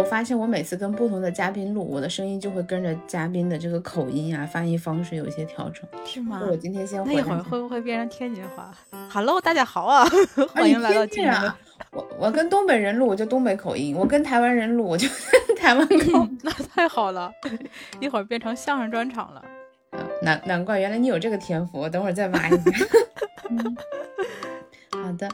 发现我每次跟不同的嘉宾录，我的声音就会跟着嘉宾的这个口音啊、发音方式有一些调整。 是吗？ 我今天先那一会儿会不会变成天津话？Hello， 大家好啊，欢迎来到今天的。 我跟东北人录我就东北口音，我跟台湾人录我就台湾口音。 那太好了，一会儿变成相声专场了。 难怪原来你有这个天赋，我等会儿再挖一下。好的。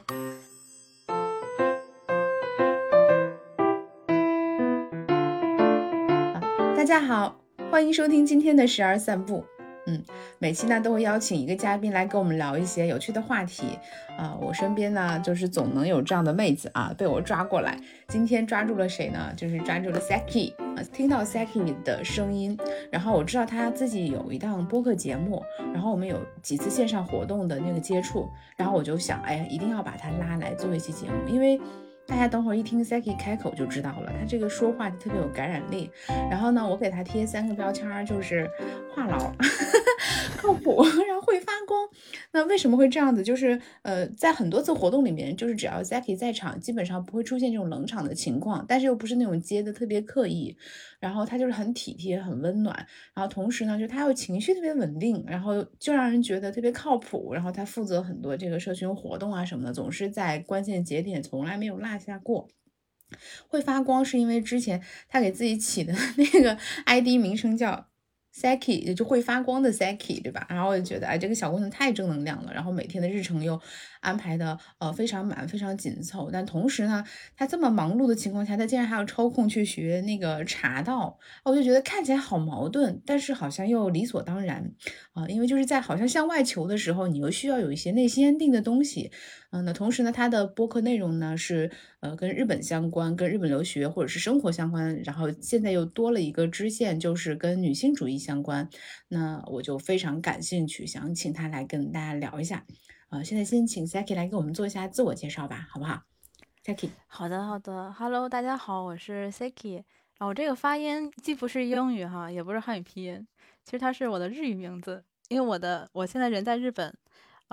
大家好，欢迎收听今天的时而散步。每期呢都会邀请一个嘉宾来跟我们聊一些有趣的话题我身边呢就是总能有这样的妹子啊，被我抓过来。今天抓住了谁呢？就是抓住了 Saki 听到 Saki 的声音，然后我知道他自己有一档播客节目，然后我们有几次线上活动的那个接触，然后我就想，哎呀，一定要把他拉来做一期节目，因为大家等会儿一听 Saki 开口就知道了，他这个说话特别有感染力。然后呢，我给他贴3个标签，就是话痨、靠谱，然后会发光。那为什么会这样子？就是在很多次活动里面，就是只要 Saki 在场，基本上不会出现这种冷场的情况，但是又不是那种接的特别刻意。然后他就是很体贴、很温暖，然后同时呢，就他又情绪特别稳定，然后就让人觉得特别靠谱。然后他负责很多这个社群活动啊什么的，总是在关键节点从来没有落下过。会发光是因为之前他给自己起的那个 ID 名称叫Saki， 也就会发光的 Saki， 对吧？然后我就觉得这个小姑娘太正能量了，然后每天的日程又安排的非常满，非常紧凑。但同时呢，她这么忙碌的情况下，她竟然还要抽空去学那个茶道，我就觉得看起来好矛盾，但是好像又理所当然因为就是在好像向外求的时候，你又需要有一些内心安定的东西。那同时呢，他的播客内容呢是跟日本相关，跟日本留学或者是生活相关，然后现在又多了一个支线，就是跟女性主义相关。那我就非常感兴趣，想请他来跟大家聊一下。现在先请 Saki 来给我们做一下自我介绍吧，好不好 ？Saki。 好的 ，Hello， 大家好，我是 Saki。我这个发音既不是英语哈，也不是汉语拼音，其实它是我的日语名字，因为我现在人在日本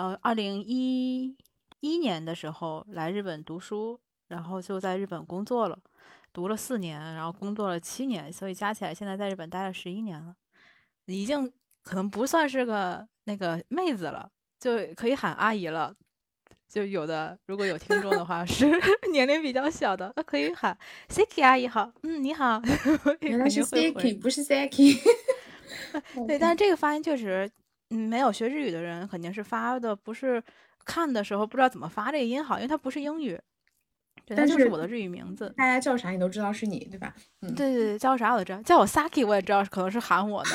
，2011年的时候来日本读书，然后就在日本工作了，读了4年，然后工作了7年，所以加起来现在在日本待了11年了，已经可能不算是个那个妹子了，就可以喊阿姨了。就如果有听众的话是年龄比较小的，可以喊 Saki 阿姨好，你好。 原来是 Saki 不是 Saki。 对，但是这个发音确实，没有学日语的人肯定是发的不是看的时候不知道怎么发这个音好，因为它不是英语。对，它就是我的日语名字。 大家叫啥你都知道是你，对吧？ 对，叫啥我都知道，叫我 Saki 我也知道可能是喊我的。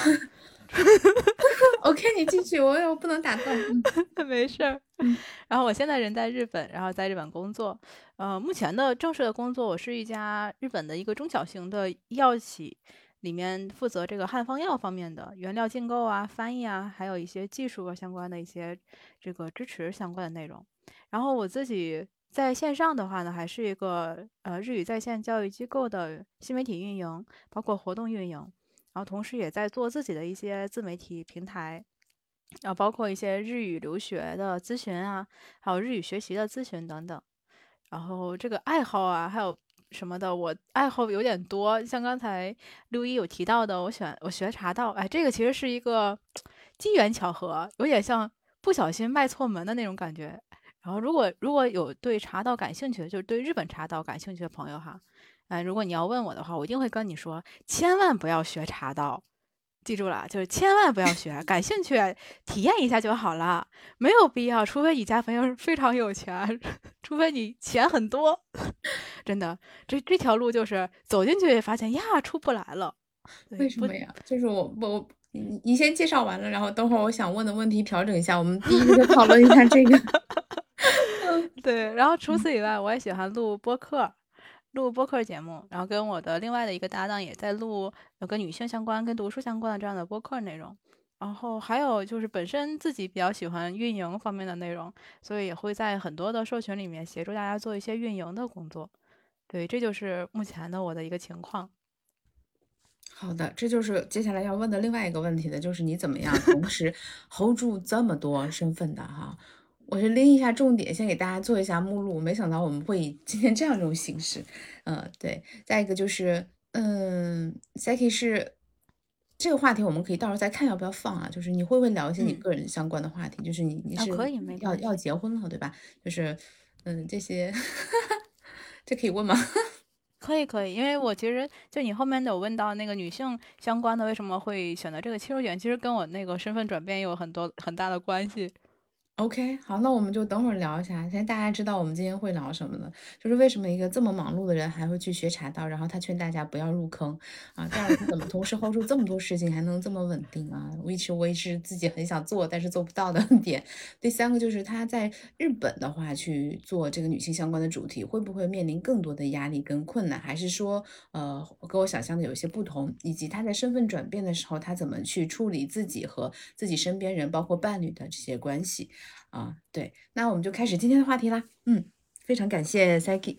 OK， 你继续，我不能打断。 没事儿。然后我现在人在日本，然后在日本工作。目前的正式的工作，我是一家日本的一个中小型的医药企，里面负责这个汉方药方面的原料进购啊、翻译啊，还有一些技术相关的一些这个支持相关的内容。然后我自己在线上的话呢，还是一个日语在线教育机构的新媒体运营，包括活动运营。然后同时也在做自己的一些自媒体平台，然后包括一些日语留学的咨询啊，还有日语学习的咨询等等。然后这个爱好啊，还有什么的，我爱好有点多。像刚才六一有提到的，我学茶道，这个其实是一个机缘巧合，有点像不小心迈错门的那种感觉。然后如果有对茶道感兴趣的，就是对日本茶道感兴趣的朋友哈。如果你要问我的话，我一定会跟你说，千万不要学茶道，记住了，就是千万不要学，感兴趣体验一下就好了，没有必要，除非你家朋友非常有钱，除非你钱很多，真的，这条路就是走进去发现呀，出不来了。 为什么呀？就是你先介绍完了，然后等会儿我想问的问题调整一下，我们第一个就讨论一下这个。 对，然后除此以外，我也喜欢录播客节目，然后跟我的另外的一个搭档也在录跟女性相关、跟读书相关的这样的播客内容。然后还有就是本身自己比较喜欢运营方面的内容，所以也会在很多的社群里面协助大家做一些运营的工作。对，这就是目前的我的一个情况。 好的，这就是接下来要问的另外一个问题的，就是你怎么样同时 hold 住这么多身份的哈？ 我是拎一下重点，先给大家做一下目录。没想到我们会以今天这样一种形式，对。再一个就是，Saki 是这个话题，我们可以到时候再看要不要放啊。就是你会不会聊一些你个人相关的话题？就是你是可以，没关系。 要结婚了对吧？就是，这些这可以问吗？ 可以可以，因为我其实就你后面有问到那个女性相关的为什么会选择这个切入点，其实跟我那个身份转变也有很大的关系。 OK，好，那我们就等会儿聊一下。现在大家知道我们今天会聊什么了，就是为什么一个这么忙碌的人还会去学茶道，然后他劝大家不要入坑啊。第二个，他怎么同时 hold 住这么多事情还能这么稳定啊？which 自己很想做但是做不到的点。第三个就是他在日本的话去做这个女性相关的主题，会不会面临更多的压力跟困难？还是说，跟我想象的有一些不同？以及他在身份转变的时候，他怎么去处理自己和自己身边人，包括伴侣的这些关系？对，那我们就开始今天的话题啦。非常感谢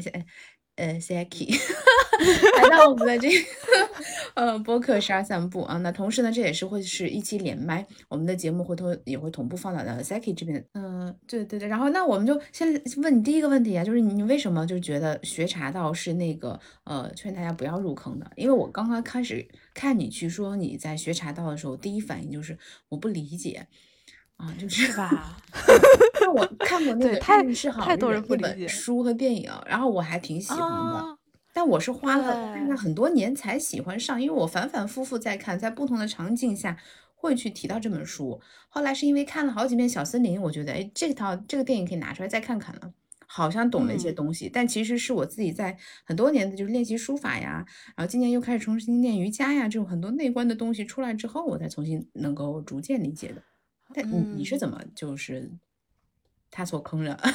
Saki 来到我们的这个播客12散步啊。那同时呢，这也是会是一期连麦，我们的节目也会同步放到Saki 这边。对对对。然后那我们就先问你第一个问题啊，就是你为什么就觉得学茶道是那个劝大家不要入坑的？因为我刚刚开始看你去说你在学茶道的时候，第一反应就是我不理解。就是吧？ 那我看过那对， 个《日式好日》 太多人不那本理解书和电影，然后我还挺喜欢的。 啊。 但我是花了大概对， 很多年才喜欢上，因为我反反复复在看，在不同的场景下会去提到这本书。后来是因为看了好几遍《小森林》，我觉得，哎，这个电影可以拿出来再看看了，好像懂了一些东西。但其实是我自己在很多年的就是练习书法呀，然后今年又开始重新练瑜伽呀，这种很多内观的东西出来之后，我才重新能够逐渐理解的。但你是怎么就是踏错坑了？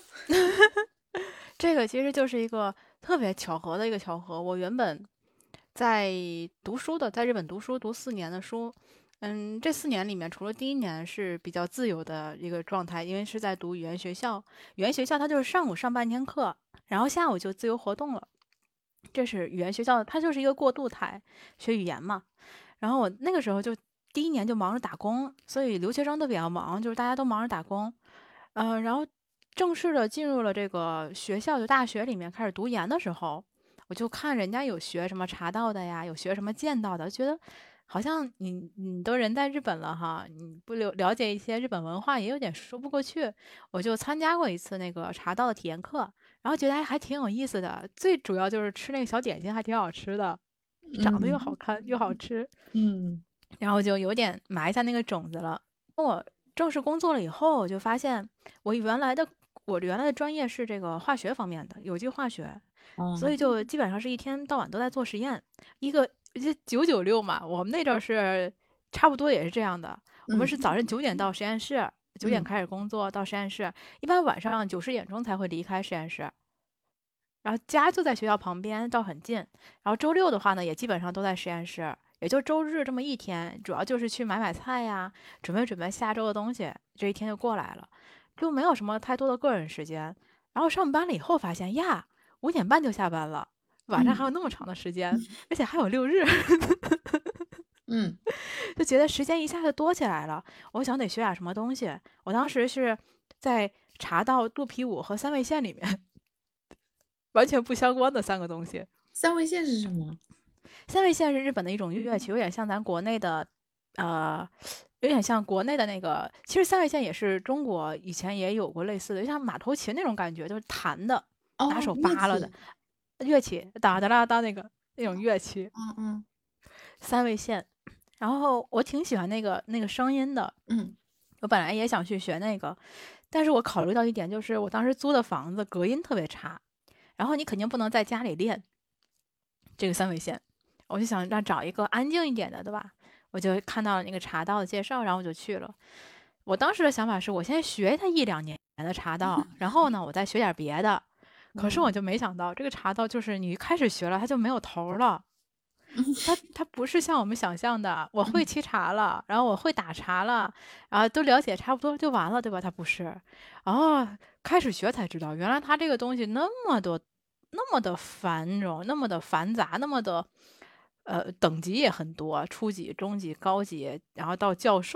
这个其实就是一个特别巧合的一个巧合。我原本在读书的，在日本读书，读4年的书。这4年里面，除了第一年是比较自由的一个状态，因为是在读语言学校，语言学校它就是上午上半天课，然后下午就自由活动了。这是语言学校，它就是一个过渡台，学语言嘛。然后我那个时候就第一年就忙着打工，所以留学生都比较忙，就是大家都忙着打工。然后正式的进入了这个学校，就大学里面开始读研的时候，我就看人家有学什么茶道的呀，有学什么剑道的，觉得好像你都人在日本了哈，你不了解一些日本文化也有点说不过去。我就参加过一次那个茶道的体验课，然后觉得还挺有意思的，最主要就是吃那个小点心还挺好吃的，长得又好嗯看又好吃。 嗯然后就有点埋下那个种子了。我正式工作了以后，我就发现我原来的专业是这个化学方面的，有机化学，所以就基本上是一天到晚都在做实验。就996嘛，我们那阵儿是差不多也是这样的。我们是早上9点到实验室，9点开始工作，到实验室，一般晚上9、10点钟才会离开实验室。然后家就在学校旁边，倒很近。然后周六的话呢，也基本上都在实验室，也就周日这么一天，主要就是去买买菜呀，准备下周的东西，这一天就过来了，就没有什么太多的个人时间。然后上班了以后发现呀，5点半就下班了，晚上还有那么长的时间，而且还有6日， 嗯就觉得时间一下子多起来了。我想得学点什么东西，我当时是在茶道、肚皮舞和三味线里面完全不相关的3个东西。 三味线是什么？ 三味线是日本的一种乐器，有点像咱国内的，有点像国内的那个。其实三味线也是中国以前也有过类似的，就像马头琴那种感觉，就是弹的，拿手乐扒拉的器。 乐器，哒哒啦哒那种乐器。 嗯三味线，然后我挺喜欢那个声音的， 嗯我本来也想去学那个，但是我考虑到一点，就是我当时租的房子隔音特别差，然后你肯定不能在家里练这个三味线。我就想找一个安静一点的，对吧？我就看到了那个茶道的介绍，然后我就去了。我当时的想法是我先学它1、2年的茶道，然后呢，我再学点别的。可是我就没想到，这个茶道就是你一开始学了，它就没有头了。它不是像我们想象的，我会沏茶了，然后我会打茶了，然后都了解差不多就完了，对吧？它不是。开始学才知道，原来它这个东西那么多，那么的繁荣，那么的繁杂，那么的等级也很多，初级、中级、高级，然后到教授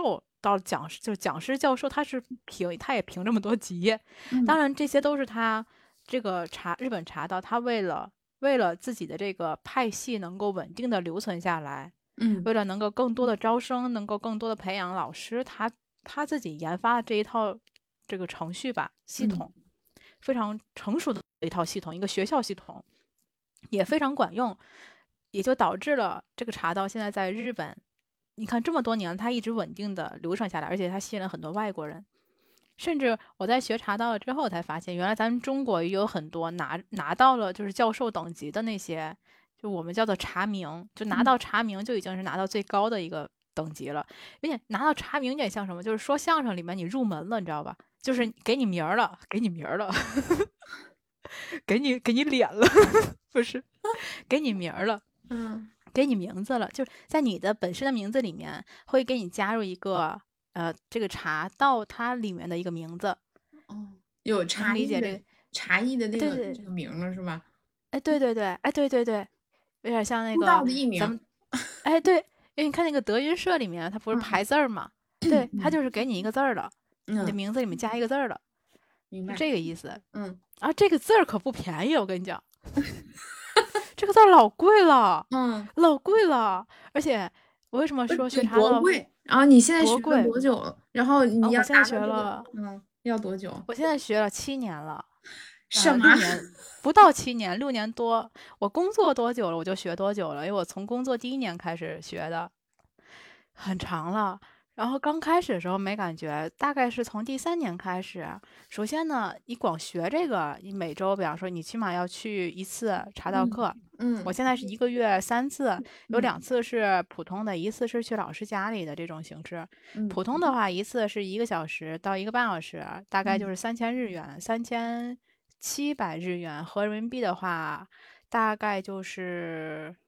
到讲师，就是讲师教授，他也评这么多级。当然这些都是他这个日本茶道，他为了自己的这个派系能够稳定的留存下来，为了能够更多的招生，能够更多的培养老师，他自己研发的这一套这个程序吧，系统非常成熟的一套系统，一个学校系统也非常管用，也就导致了这个茶道现在在日本，你看这么多年，它一直稳定的流传下来，而且它吸引了很多外国人。甚至我在学茶道了之后才发现，原来咱们中国也有很多拿到了就是教授等级的那些，就我们叫做茶名，就拿到茶名就已经是拿到最高的一个等级了。而且拿到茶名有点像什么，就是说相声里面你入门了，你知道吧？就是给你名儿了，给你名儿了，给你脸了，不是，给你名儿了，给你名字了，就是在你的本身的名字里面会给你加入一个这个茶道它里面的一个名字。 有茶艺的那个对这个名了是吧？ 哎，对，有点像那个道的艺名。 咱们哎，对，因为你看那个德云社里面，它不是排字儿嘛？对，它就是给你一个字儿了，你的名字里面加一个字儿了， 明白？ 这个意思。 啊， 这个字儿可不便宜，我跟你讲。这个字老贵了，老贵了，而且我为什么说学茶道贵？然后你现在学了多久了？然后你要我现在学了， 要多久？ 我现在学了7年了， 什么 ？6年不到7年，6年多。我工作多久了，我就学多久了，因为我从工作第1年开始学的，很长了。然后刚开始的时候没感觉，大概是从第3年开始。首先呢，你光学这个，你每周，比方说你起码要去1次茶道课。我现在是1个月3次，有2次是普通的，1次是去老师家里的这种形式。普通的话，1次是1个小时到1个半小时，大概就是3000日元，3700日元，合人民币的话，大概就是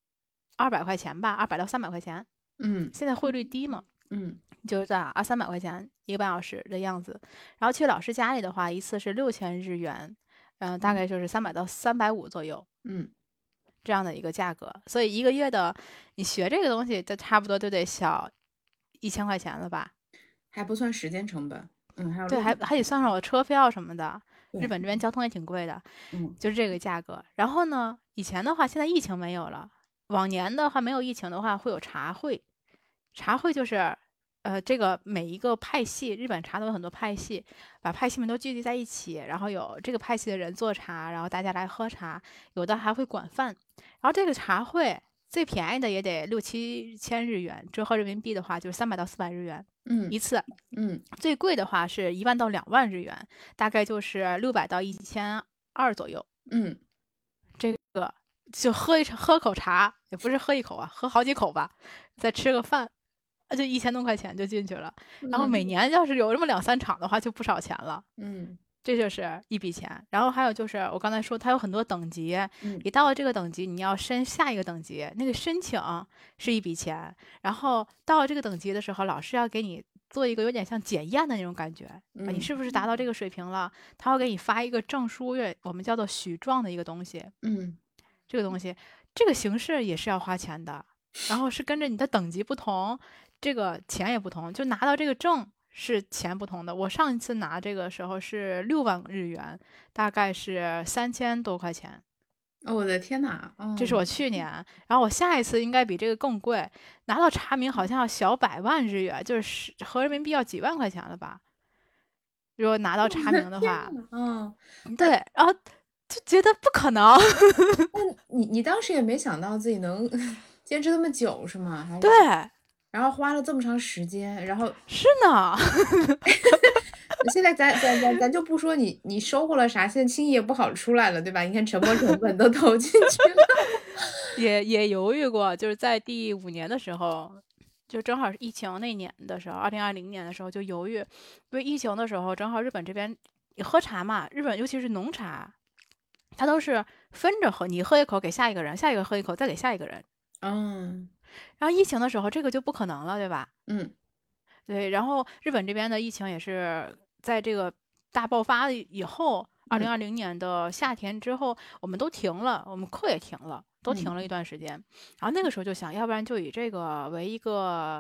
200块钱吧，200到300块钱。现在汇率低嘛。就是在300块钱1个半小时的样子。然后去老师家里的话，1次是6000日元，大概就是300到350左右，这样的一个价格。所以1个月的你学这个东西，就差不多就得小1000块钱了吧？ 还不算时间成本。 对，还得算上我车票什么的。日本这边交通也挺贵的，就是这个价格。然后呢，以前的话，现在疫情没有了，往年的话没有疫情的话会有茶会。茶会就是这个每一个派系，日本茶都有很多派系，把派系们都聚集在一起，然后有这个派系的人做茶，然后大家来喝茶，有的还会管饭。然后这个茶会最便宜的也得6-7千日元，折合人民币的话就是300到400日元一次。最贵的话是1万到2万日元，大概就是600到1200左右。这个就喝口茶，也不是喝一口啊，喝好几口吧，再吃个饭，就1000多块钱就进去了。然后每年要是有这么2-3场的话，就不少钱了。这就是一笔钱。然后还有就是我刚才说，它有很多等级，你到了这个等级，你要升下一个等级，那个申请是一笔钱。然后到了这个等级的时候，老师要给你做一个有点像检验的那种感觉，你是不是达到这个水平了？他会给你发一个证书，我们叫做许状的一个东西。这个东西，这个形式也是要花钱的，然后是跟着你的等级不同，这个钱也不同，就拿到这个证是钱不同的。我上一次拿这个时候是6万日元，大概是3000多块钱。 我的天哪！ 这是我去年，然后我下一次应该比这个更贵，拿到茶名好像要小100万日元，就是合人民币要几万块钱了吧？如果拿到茶名的话，对，然后就觉得不可能。 你当时也没想到自己能坚持这么久是吗？ 对， 然后花了这么长时间，然后是呢。 现在咱就不说你收获了啥，现在轻易也不好出来了，对吧？你看成本都投进去了。 也犹豫过，就是在第5年的时候，就正好是疫情那年的时候，2020年的时候就犹豫，因为疫情的时候正好日本这边喝茶嘛，日本尤其是浓茶，它都是分着喝，你喝一口给下一个人，下一个喝一口再给下一个人。然后疫情的时候这个就不可能了，对吧？对，然后日本这边的疫情也是在这个大爆发以后，2020年的夏天之后，我们都停了，我们课也停了，都停了一段时间。然后那个时候就想，要不然就以这个为一个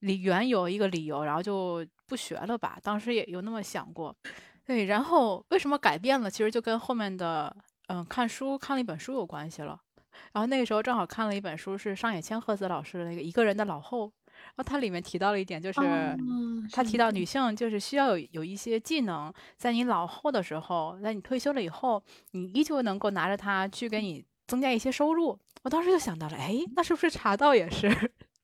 原有一个理由，然后就不学了吧。当时也有那么想过。对，然后为什么改变了？其实就跟后面的看了一本书有关系了。然后那个时候正好看了一本书，是上野千鹤子老师的那个《一个人的老后》，然后它里面提到了一点，就哦， 是他是的， 提到女性就是需要有一些技能，在你老后的时候，在你退休了以后，你依旧能够拿着它去给你增加一些收入。我当时就想到了，哎，那是不是茶道也是？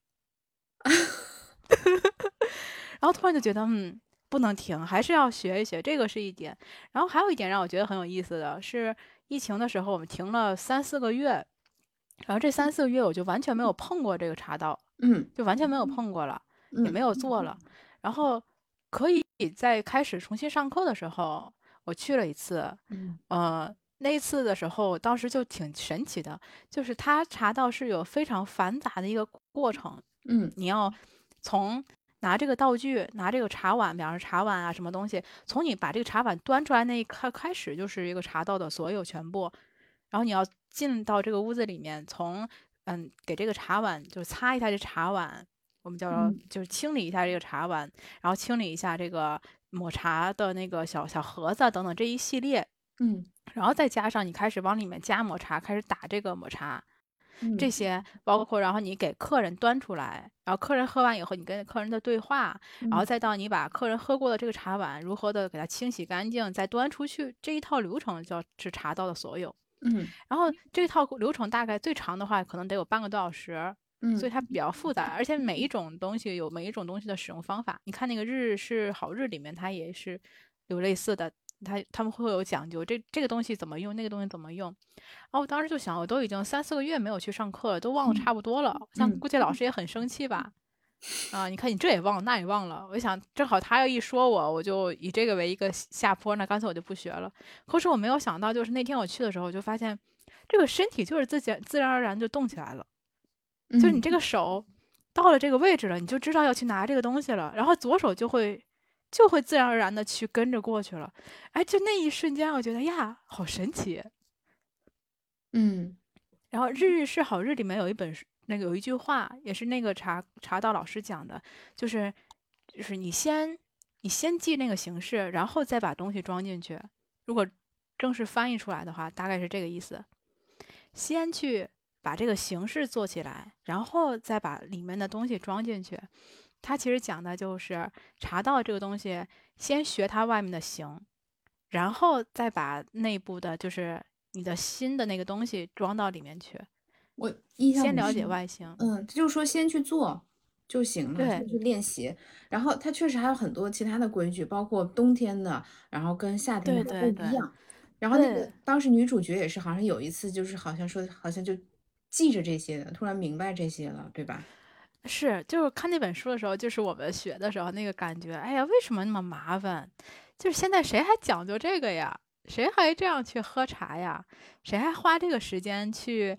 然后突然就觉得，不能停，还是要学一学，这个是一点。然后还有一点让我觉得很有意思的是，疫情的时候我们停了3、4个月，然后这3、4个月我就完全没有碰过这个茶道， 嗯就完全没有碰过了，也嗯没有做了。然后可以在开始重新上课的时候，我去了一次， 嗯那一次的时候，当时就挺神奇的，就是它茶道是有非常繁杂的一个过程， 嗯你要从拿这个道具，拿这个茶碗，比方说茶碗啊什么东西，从你把这个茶碗端出来那一刻开始，就是一个茶道的所有全部。然后你要进到这个屋子里面，从给这个茶碗就擦一下这茶碗，我们叫嗯就是清理一下这个茶碗，然后清理一下这个抹茶的那个小小盒子等等这一系列， 嗯然后再加上你开始往里面加抹茶，开始打这个抹茶，这嗯些包括然后你给客人端出来，然后客人喝完以后，你跟客人的对话，然后嗯再到你把客人喝过的这个茶碗如何的给它清洗干净，再端出去，这一套流程叫是茶道的所有。 嗯然后这套流程大概最长的话，可能得有半个多小时，所以嗯它比较复杂，而且每一种东西有每一种东西的使用方法。你看那个日式好日里面，它也是有类似的，他们会有讲究，这个东西怎么用，那个东西怎么用。然后我当时就想，我都已经3、4个月没有去上课了，都忘了差不多了，像嗯估计老师也很生气吧。啊，你看你这也忘了，那也忘了。我想正好他要一说我，我就以这个为一个下坡，那干脆我就不学了。可是我没有想到，就是那天我去的时候，我就发现这个身体就是自然而然就动起来了，就是你嗯这个手到了这个位置了，你就知道要去拿这个东西了，然后左手就会自然而然的去跟着过去了。哎，就那一瞬间，我觉得呀，好神奇。 嗯然后《日是好日》里面有一本书，那个有一句话，也是那个茶道老师讲的，就是你先记那个形式，然后再把东西装进去。如果正式翻译出来的话，大概是这个意思：先去把这个形式做起来，然后再把里面的东西装进去。它其实讲的就是茶道这个东西，先学它外面的形，然后再把内部的，就是你的新的那个东西装到里面去， 我印象先了解很深。 外形。 就是说先去做就行了， 对， 先去练习。然后它确实还有很多其他的规矩，包括冬天的，然后跟夏天的对还不对对一样。然后那个对， 当时女主角也是，好像有一次就是好像说，好像就记着这些的，突然明白这些了，对吧？ 是，就是看那本书的时候，就是我们学的时候那个感觉，哎呀，为什么那么麻烦？就是现在谁还讲究这个呀？谁还这样去喝茶呀？谁还花这个时间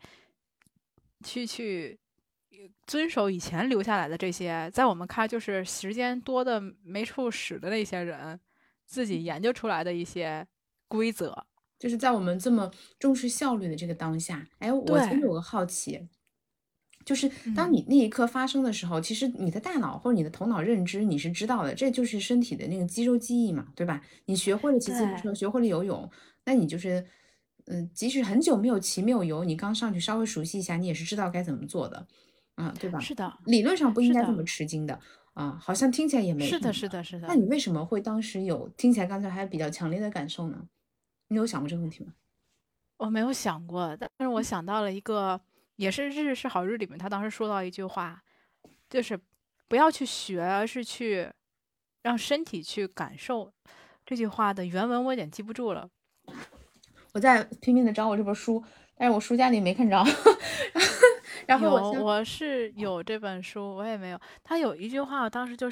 去遵守以前留下来的这些，在我们看就是时间多的没处使的那些人自己研究出来的一些规则。 就是在我们这么重视效率的这个当下，哎，我其实对， 有个好奇，就是当嗯， 你那一刻发生的时候，其实你的大脑或者你的头脑认知你是知道的，这就是身体的那个肌肉记忆嘛，对吧？你学会了骑自行对， 车，学会了游泳，那你就是，即使很久没有骑没有游，你刚上去稍微熟悉一下，你也是知道该怎么做的，对吧？ 是的， 理论上不应是的， 该这么吃惊的，好像听起来也没是的， 什么的。 是的，是的。 那你为什么会当时有听起来刚才还比较强烈的感受呢？你有想过这个问题吗？ 我没有想过，但是我想到了一个，也是《日是好日》里面他当时说到一句话，就是不要去学，而是去让身体去感受。这句话的原文我有点记不住了。 我在拼命的找我这本书，但是我书架里没看着。然后我有， 想， 我是有这本书，我也没有。他有一句话，当时就是，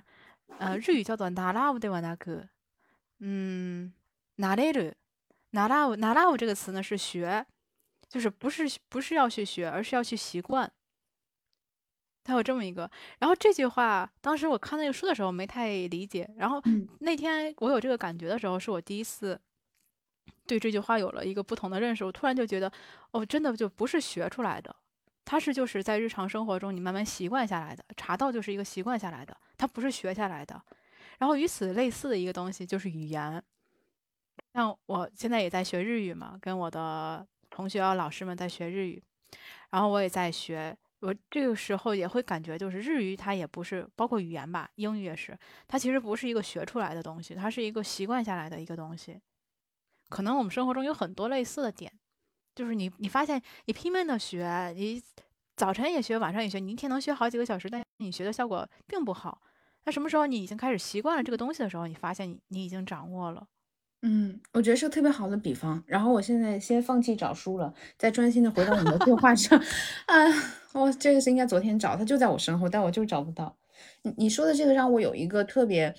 日语叫做“나라우ではなく”，嗯，나레르，나라우这个词呢是学，就是不是要去学，而是要去习惯。他有这么一个，然后这句话，当时我看那个书的时候没太理解，然后嗯那天我有这个感觉的时候，是我第一次对这句话有了一个不同的认识。我突然就觉得，哦，真的就不是学出来的， 它是就是在日常生活中你慢慢习惯下来的，茶道就是一个习惯下来的，它不是学下来的。然后与此类似的一个东西就是语言，像我现在也在学日语嘛，跟我的同学啊老师们在学日语，然后我也在学。我这个时候也会感觉，就是日语它也不是，包括语言吧，英语也是，它其实不是一个学出来的东西，它是一个习惯下来的一个东西。可能我们生活中有很多类似的点，就是你发现你拼命的学，你早晨也学，晚上也学，你一天能学好几个小时，但你学的效果并不好。那什么时候你已经开始习惯了这个东西的时候，你发现你已经掌握了。 我觉得是个特别好的比方。然后我现在先放弃找书了，再专心的回到我们的对话上。啊，我这个是应该昨天找，它就在我身后，但我就是找不到。你说的这个让我有一个特别，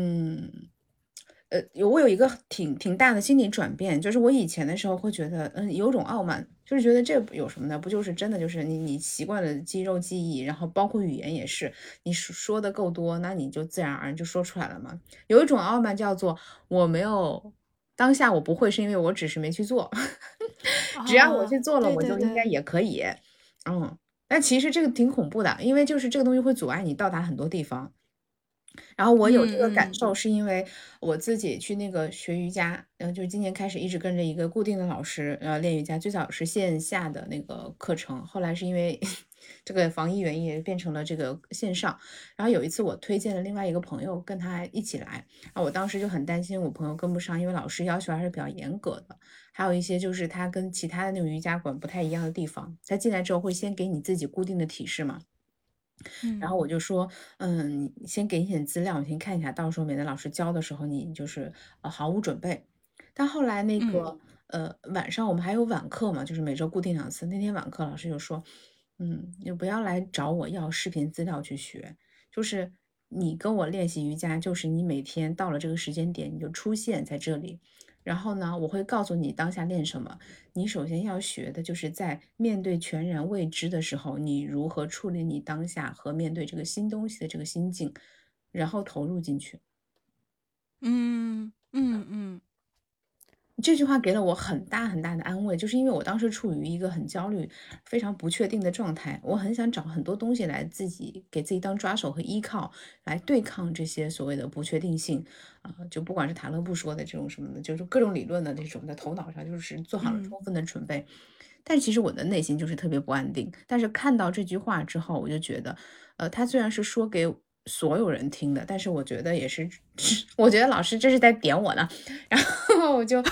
我有一个挺大的心理转变，就是我以前的时候会觉得，有种傲慢，就是觉得这有什么呢？不就是真的就是你习惯了肌肉记忆，然后包括语言也是，你说的够多，那你就自然而然就说出来了嘛。有一种傲慢叫做我没有当下我不会，是因为我只是没去做，只要我啊， 去做了， 对我就应该对对， 也可以。但其实这个挺恐怖的，因为就是这个东西会阻碍你到达很多地方。然后我有这个感嗯嗯受，是因为我自己去那个学瑜伽，就是今年开始一直跟着一个固定的老师，练瑜伽。最早是线下的那个课程，后来是因为这个防疫原因，也变成了这个线上。然后有一次我推荐了另外一个朋友跟他一起来，然后我当时就很担心我朋友跟不上，因为老师要求还是比较严格的，还有一些就是他跟其他的那种瑜伽馆不太一样的地方。他进来之后会先给你自己固定的提示嘛。然嗯后我就说，你先给你点资料，你先看一下，到时候免得老师教的时候你就是毫无准备。但后来那嗯个晚上我们还有晚课嘛，就是每周固定2次。那天晚课老师就说，你不要来找我要视频资料去学，就是你跟我练习瑜伽，就是你每天到了这个时间点你就出现在这里。然后呢，我会告诉你当下练什么。你首先要学的就是在面对全然未知的时候，你如何处理你当下和面对这个新东西的这个心境，然后投入进去。 嗯嗯嗯， 这句话给了我很大很大的安慰，就是因为我当时处于一个很焦虑、非常不确定的状态，我很想找很多东西来给自己当抓手和依靠，来对抗这些所谓的不确定性就不管是塔勒布说的这种什么的，就是各种理论的这种的头脑上就是做好了嗯充分的准备，但其实我的内心就是特别不安定。但是看到这句话之后，我就觉得，他虽然是说给所有人听的，但是我觉得也是，我觉得老师这是在点我呢。然后我就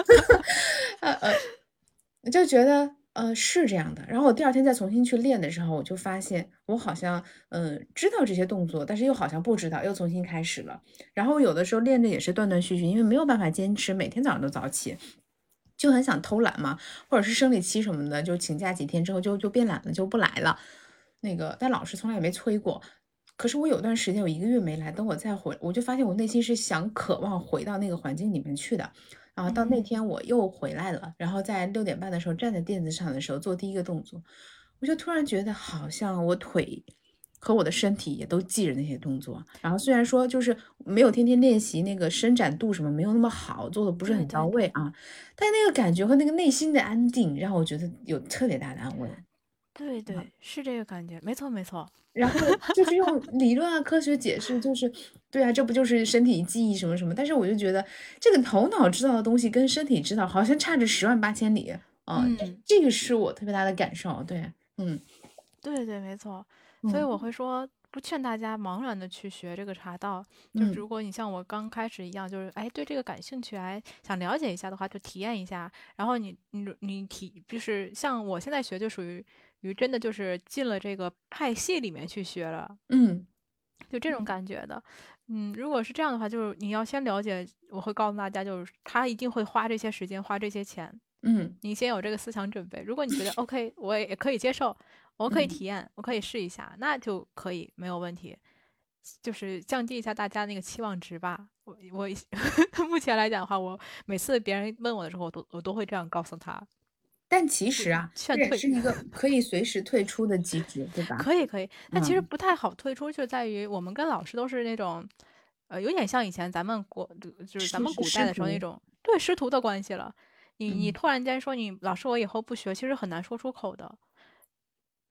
就觉得是这样的。然后我第二天再重新去练的时候，我就发现我好像知道这些动作，但是又好像不知道，又重新开始了。然后有的时候练着也是断断续续，因为没有办法坚持每天早上都早起。就很想偷懒嘛，或者是生理期什么的，就请假几天之后就变懒了，就不来了。但老师从来也没催过。可是我有段时间，有1个月没来，等我再回，我就发现我内心是渴望回到那个环境里面去的。然后到那嗯， 天我又回来了，然后在6点半的时候站在垫子上的时候做第一个动作，我就突然觉得好像我腿和我的身体也都记着那些动作。然后虽然说就是没有天天练习那个伸展度什么没有那么好，做的不是很到对对对。 位啊，但那个感觉和那个内心的安定，让我觉得有特别大的安慰。 对对，是这个感觉，没错没错。 然后就是用理论啊、科学解释，就是对啊，这不就是身体记忆什么什么？但是我就觉得这个头脑知道的东西跟身体知道好像差着10万8千里啊， 嗯， 这个是我特别大的感受。对，嗯对对，没错。所以我嗯会说，不劝大家茫然的去学这个茶道。就是嗯如果你像我刚开始一样，就是哎对这个感兴趣，哎想了解一下的话，就体验一下。然后就是像我现在学，就属于真的就是进了这个派系里面去学了。 嗯就这种感觉的。如果是这样的话，就是你要先了解，我会告诉大家，就是他一定会花这些时间，花这些钱， 嗯你先有这个思想准备。如果你觉得 OK，我也可以接受，我可以嗯。 体验，我可以试一下，那就可以没有问题。就是降低一下大家那个期望值吧。我目前来讲的话，我每次别人问我的时候，我都会这样告诉他， 但其不实啊，这劝退。 也是一个可以随时退出的机制，对吧？ 可以可以，但其实嗯不太好退出，就在于我们跟老师都是那种，有点像以前咱们就是咱们是古代的时候那师徒。 种对师徒的关系了。你嗯突然间说你老师我以后不学，其实很难说出口的。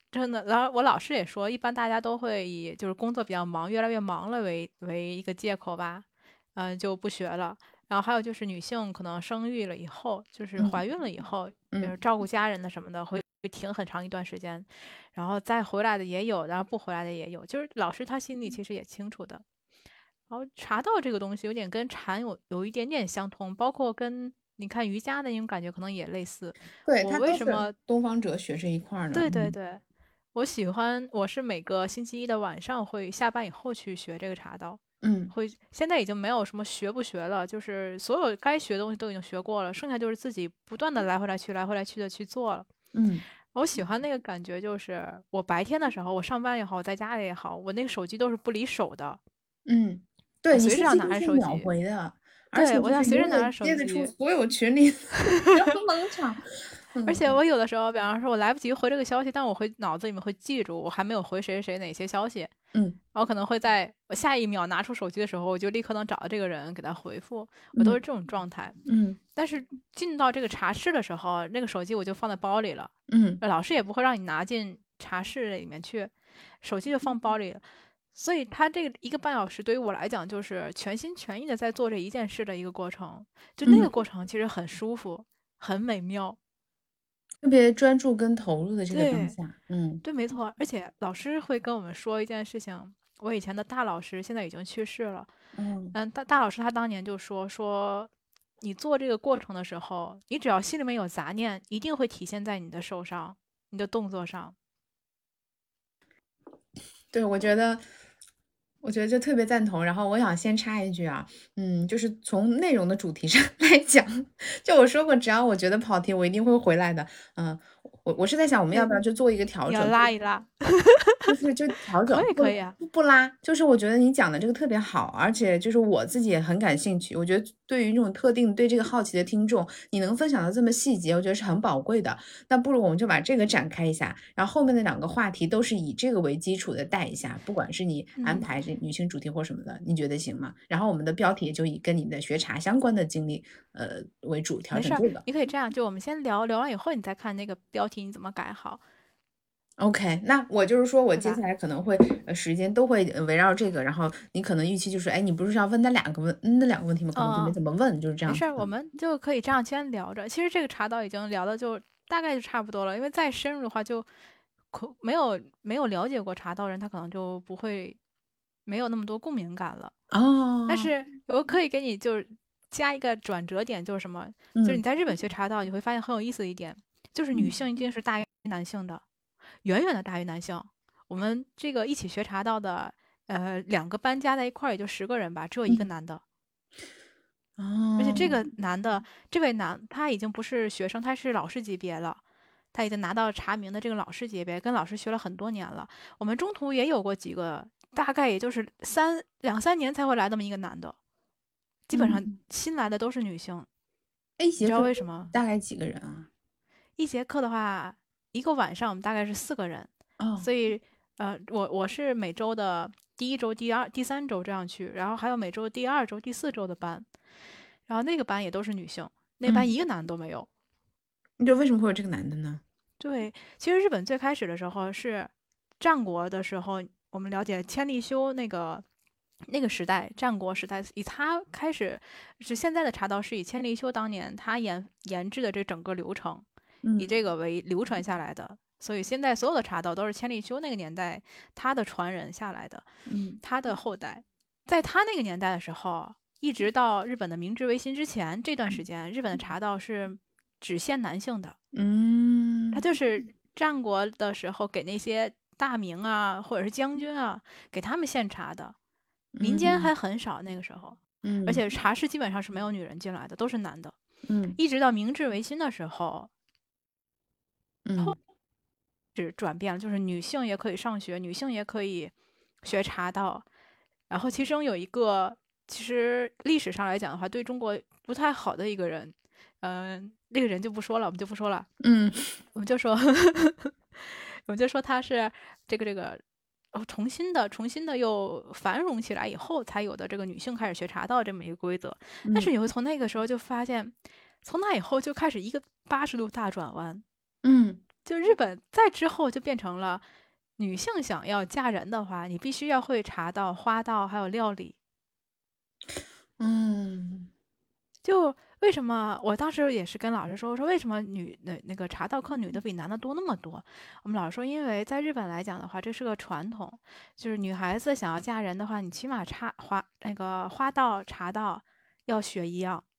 真的。然后我老师也说，一般大家都会以就是工作比较忙，越来越忙了为一个借口吧，就不学了。然后还有就是女性可能生育了以后，就是怀孕了以后，照顾家人的什么的会停很长一段时间，然后再回来的也有，然后不回来的也有。就是老师他心里其实也清楚的。然后茶道这个东西有点跟禅有一点点相通，包括跟你看瑜伽的那种感觉可能也类似。 对， 我它都是为什么？ 东方哲学这一块儿的。 对对对，我喜欢，我是每个星期一的晚上会下班以后去学这个茶道。现在已经没有什么学不学了，就是所有该学的东西都已经学过了，剩下就是自己不断的来回来去、来回来去的去做了。我喜欢那个感觉，就是我白天的时候，我上班也好，我在家里也好，我那个手机都是不离手的。 对，你随时要拿信息都是着手机。 秒回的，而且对，我就是想随时拿着永远手机。 接得出所有群里的冷场。 而且我有的时候，比方说我来不及回这个消息，但我会脑子里面会记住我还没有回谁谁哪些消息。然后可能会在我下一秒拿出手机的时候，我就立刻能找到这个人给他回复，我都是这种状态。但是进到这个茶室的时候，那个手机我就放在包里了。老师也不会让你拿进茶室里面去，手机就放包里了。所以他这个1个半小时对于我来讲，就是全心全意的在做这一件事的一个过程。就那个过程其实很舒服，很美妙。 特别专注跟投入的这个当下。 对，没错。而且老师会跟我们说一件事情，我以前的大老师现在已经去世了。大老师他当年就说你做这个过程的时候，你只要心里面有杂念，一定会体现在你的手上、你的动作上。 对，我觉得就特别赞同。然后我想先插一句啊，就是从内容的主题上来讲，就我说过，只要我觉得跑题，我一定会回来的。我是在想，我们要不要就做一个调整， 要拉一拉。 就调整， 可以啊， 不拉。就是我觉得你讲的这个特别好，而且就是我自己也很感兴趣。我觉得对于这种特定对这个好奇的听众，你能分享到这么细节，我觉得是很宝贵的。那不如我们就把这个展开一下，然后后面的2个话题都是以这个为基础的带一下，不管是你安排这女性主题或什么的，你觉得行吗？然后我们的标题也就以跟你的学茶相关的经历为主，调整这个。 你可以这样，就我们先聊完以后，你再看那个标题你怎么改好。 OK，那我就是说我接下来可能会时间都会围绕这个，然后你可能预期就是你不是要问那2个问题吗？可能就没怎么问，就是这样。 没事，我们就可以这样先聊着。其实这个茶道已经聊的就大概就差不多了，因为再深入的话就没有了解过茶道人，他可能就不会没有那么多共鸣感了。但是我可以给你就是加一个转折点，就是什么？就是你在日本学茶道，你会发现很有意思的一点，就是女性一定是大于男性的。远远的大于男性。我们这个一起学茶道的，2个班加在一块儿也就10个人吧，只有1个男的。而且这个男的，这位他已经不是学生，他是老师级别了，他已经拿到茶名的这个老师级别，跟老师学了很多年了。我们中途也有过几个，大概也就是2、3年才会来那么一个男的，基本上新来的都是女性。 你知道为什么？ 大概几个人啊？ 一节课的话，1个晚上我们大概是4个人。所以我是每周的第1周、第2、第3周这样去，然后还有每周第2周、第4周的班，然后那个班也都是女性，那班1个男的都没有。 你知道为什么会有这个男的呢？ 对，其实日本最开始的时候是战国的时候，我们了解千利休那个时代，战国时代，以他开始，是现在的茶道是以千利休当年他研制的这整个流程，以这个为流传下来的。所以现在所有的茶道都是千利休那个年代他的传人下来的，他的后代。在他那个年代的时候，一直到日本的明治维新之前这段时间，日本的茶道是只限男性的。他就是战国的时候给那些大名啊或者是将军啊给他们献茶的，民间还很少那个时候。而且茶室基本上是没有女人进来的，都是男的。一直到明治维新的时候，是转变了，就是女性也可以上学，女性也可以学茶道。然后其中有一个，其实历史上来讲的话，对中国不太好的一个人，那个人就不说了，我们就不说了。我们就说，我们就说他是这个重新的又繁荣起来以后才有的这个女性开始学茶道这么一个规则。但是你会从那个时候就发现，从那以后就开始一个80度大转弯。 就日本再之后就变成了女性想要嫁人的话，你必须要会茶道、花道还有料理。 嗯， 就为什么我当时也是跟老师说，我说为什么那个茶道课女的比男的多那么多？我们老师说，因为在日本来讲的话，这是个传统，就是女孩子想要嫁人的话，你起码那个花道、茶道要学一样。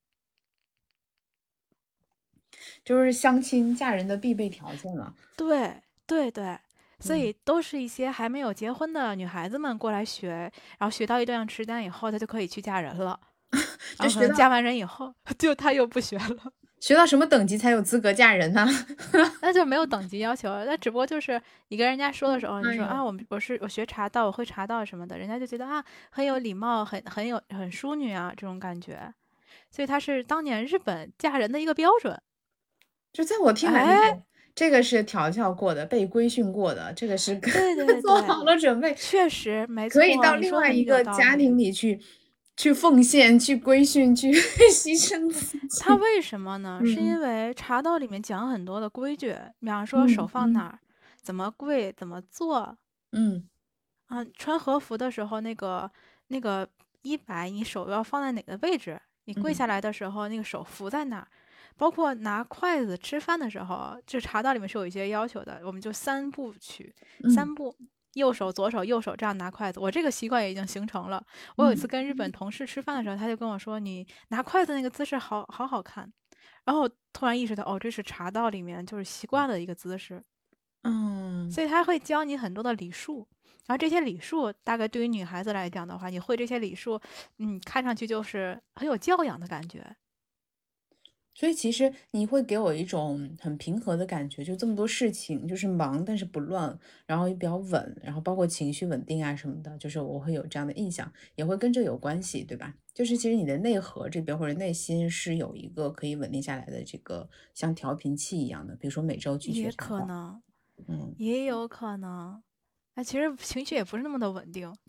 就是相亲嫁人的必备条件了。 对对对，所嗯， 以都是一些还没有结婚的女孩子们过来学，然后学到一段时间以后，她就可以去嫁人了。然后可就学到能嫁完人以后，就她又不学了。 学到什么等级才有资格嫁人呢？ 那就没有等级要求，那只不过就是你跟人家说的时候，你哎呦， 说啊，我学茶道，我会茶道什么的，人家就觉得啊很有礼貌，很淑女啊这种感觉，所以它是当年日本嫁人的一个标准。 就在我听来， 哎， 这个是调教过的，被规训过的，这个是对对做对， 好了准备， 确实没可以错，你到另外说很有一个家道理。 庭里去奉献、去规训、去牺牲自己。 它为什么呢？是嗯因为茶道里面讲很多的规矩，比方说手嗯嗯放哪儿，怎么跪，怎么做， 嗯啊，穿和服的时候，那个衣摆，你手要放在哪个位置？你跪下嗯来的时候，那个手扶在哪儿？包括拿筷子吃饭的时候，这茶道里面是有一些要求的。我们就三步曲， 嗯三步，右手、左手、右手这样拿筷子。我这个习惯也已经形成了。我有一次嗯跟日本同事吃饭的时候，他就跟我说：“你拿筷子那个姿势好看。”然后突然意识到，哦，这是茶道里面就是习惯的一个姿势。 嗯。 所以他会教你很多的礼数，然后这些礼数大概对于女孩子来讲的话，你会这些礼数，看上去就是很有教养的感觉。 所以其实你会给我一种很平和的感觉，就这么多事情，就是忙但是不乱，然后也比较稳，然后包括情绪稳定啊什么的，就是我会有这样的印象，也会跟这有关系，对吧？就是其实你的内核这边或者内心是有一个可以稳定下来的这个像调频器一样的，比如说每周去学也茶道， 可能， 嗯， 也有可能。哎，其实情绪也不是那么的稳定。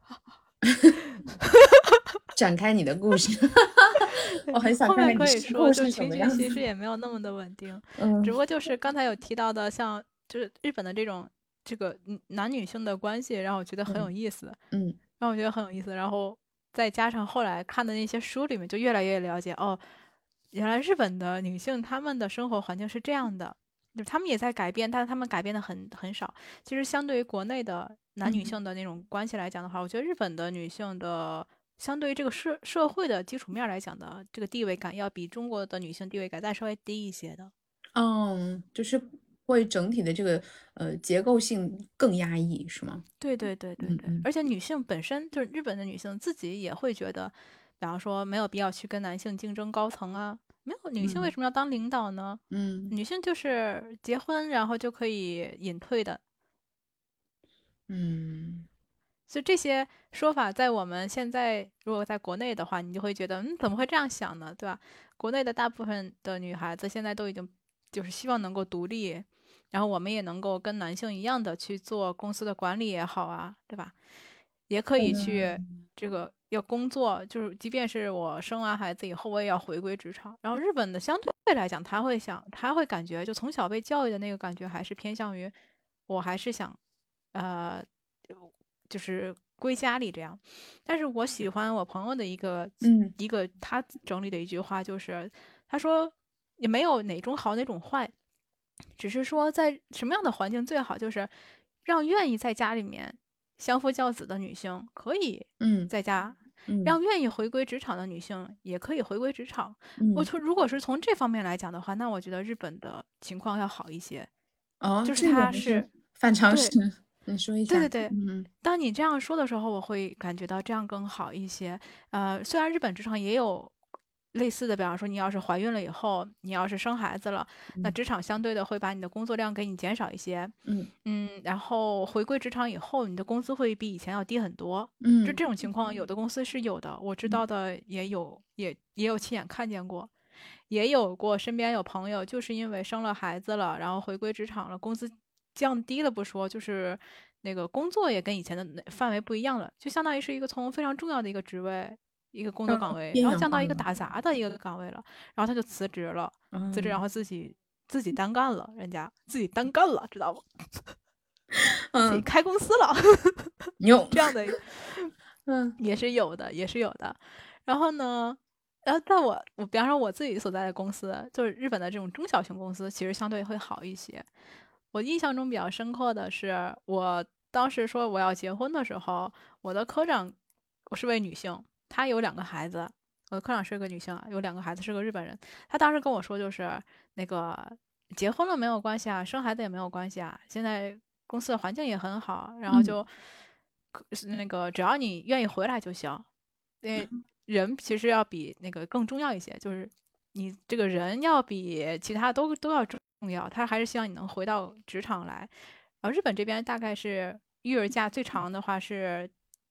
展开你的故事，我很想后面看看你可以说， 事后是什就情绪么样子。 其实也没有那么的稳定，只嗯不过就是刚才有提到的，像就是日本的这个男女性的关系，让我觉得很有嗯意思。 嗯让我觉得很有意思。然后再加上后来看的那些书里面，就越来越了解哦，原来日本的女性她们的生活环境是这样的，就她们也在改变，但是她们改变的很少。其实相对于国内的男女嗯。 性的那种关系来讲的话，我觉得日本的女性的。相对于这个社会的基础面来讲的，这个地位感要比中国的女性地位感再稍微低一些的。 嗯，就是会整体的这个结构性更压抑，是吗？ 对对对对对， 嗯嗯而且女性本身就是日本的女性自己也会觉得，比方说没有必要去跟男性竞争高层啊，没有女性为嗯什么要当领导呢？ 嗯女性就是结婚然后就可以隐退的， 嗯所以这些说法在我们现在如果在国内的话，你就会觉得，怎么会这样想呢？对吧？国内的大部分的女孩子现在都已经就是希望能够独立，然后我们也能够跟男性一样的去做公司的管理也好啊，对吧？也可以去嗯这个要工作，就是即便是我生完孩子以后，我也要回归职场。然后日本的相对来讲，他会感觉就从小被教育的那个感觉还是偏向于，我还是想，呃，就是归家里这样。但是我喜欢我朋友的嗯一个他整理的一句话，就是他说也没有哪种好哪种坏，只是说在什么样的环境最好，就是让愿意在家里面相夫教子的女性可以嗯在家， 嗯让愿意回归职场的女性也可以回归职场。 嗯， 如果是从这方面来讲的话，那我觉得日本的情况要好一些， 哦， 就是这个还是它是反常识， 对你说一下， 对对对。 嗯当你这样说的时候，我会感觉到这样更好一些。虽然日本职场也有类似的，比方说你要是怀孕了以后，你要是生孩子了，那嗯职场相对的会把你的工作量给你减少一些。 嗯然后回归职场以后，你的工资会比以前要低很多。就嗯这种情况，有的公司是有的，我知道的也有，也有亲眼看见过，也有过身边有朋友就是因为生了孩子了，然后回归职场了，工资降低了不说，就是那个工作也跟以前的范围不一样了，就相当于是一个从非常重要的一个职位。一个工作岗位， 边然后缘化了， 降到一个打杂的一个岗位了，然后他就辞职了，辞职然嗯后自己自己单干了，人家自己单干了，知道不？自己嗯， 开公司了， 牛， 这样的嗯也是有的，也是有的。然后呢，在我比方说我自己所在的公司，就是日本的这种中小型公司，其实相对会好一些。我印象中比较深刻的是，我当时说我要结婚的时候，我的科长，我是位女性，她有2个孩子。我的科长是个女性啊，有2个孩子，是个日本人。她当时跟我说，就是那个结婚了没有关系啊，生孩子也没有关系啊，现在公司的环境也很好，然后就那个只要你愿意回来就行。因为人其实要比那个更重要一些，就是你这个人要比其他都要重要，他还是希望你能回到职场来。然后日本这边大概是育儿假最长的话是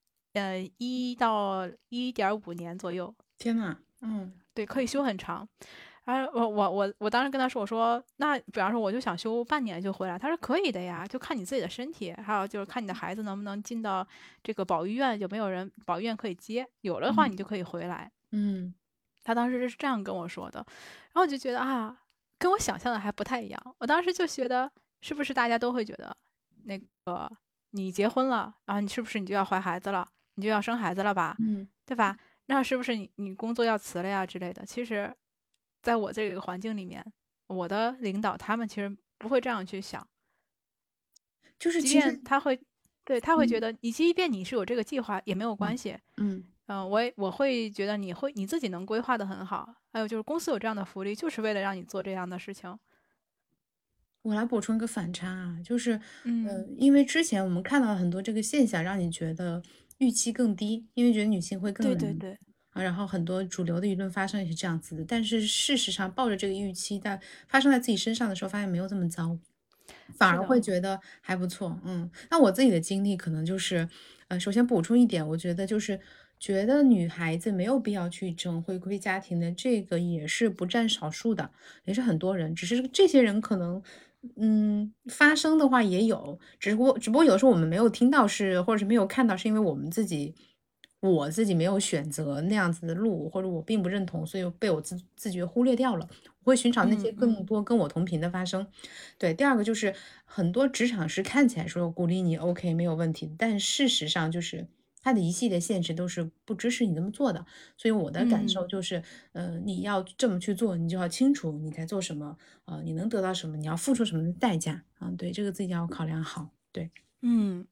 1到1.5年左右。 天呐， 对，可以休很长。然后我当时跟他说，我说那比方说我就想休半年就回来，他说可以的呀，就看你自己的身体，还有就是看你的孩子能不能进到这个保育院，有没有人保育院可以接，有了的话你就可以回来。他当时是这样跟我说的，然后我就觉得啊，跟我想象的还不太一样。我当时就觉得，是不是大家都会觉得，那个你结婚了，然后你是不是你就要怀孩子了，你就要生孩子了吧，对吧？那是不是你工作要辞了呀之类的？其实，在我这个环境里面，我的领导他们其实不会这样去想，即就是其实， 便他会，对，他会觉得你即便你是有这个计划也没有关系。我会觉得你自己能规划的很好，还有就是公司有这样的福利，就是为了让你做这样的事情。 我来补充一个反差啊，就是， 嗯， 因为之前我们看到了很多这个现象，让你觉得预期更低，因为觉得女性会更懒对对对， 啊，然后很多主流的舆论发生也是这样子的，但是事实上抱着这个预期，但发生在自己身上的时候，发现没有这么糟，反而是的， 会觉得还不错。那我自己的经历可能就是，首先补充一点，我觉得就是觉得女孩子没有必要去争回归家庭的，这个也是不占少数的，也是很多人，只是这些人可能。发生的话也有，只不过有的时候我们没有听到是，或者是没有看到，是因为我自己没有选择那样子的路，或者我并不认同，所以被我自觉忽略掉了。我会寻找那些更多跟我同频的发生。对，第二个就是很多职场是看起来说鼓励你 OK 没有问题，但事实上就是它的一系列限制都是不支持你这么做的。所以我的感受就是，你要这么去做，你就要清楚你在做什么，你能得到什么，你要付出什么的代价啊，对，这个自己要考量好。对， 嗯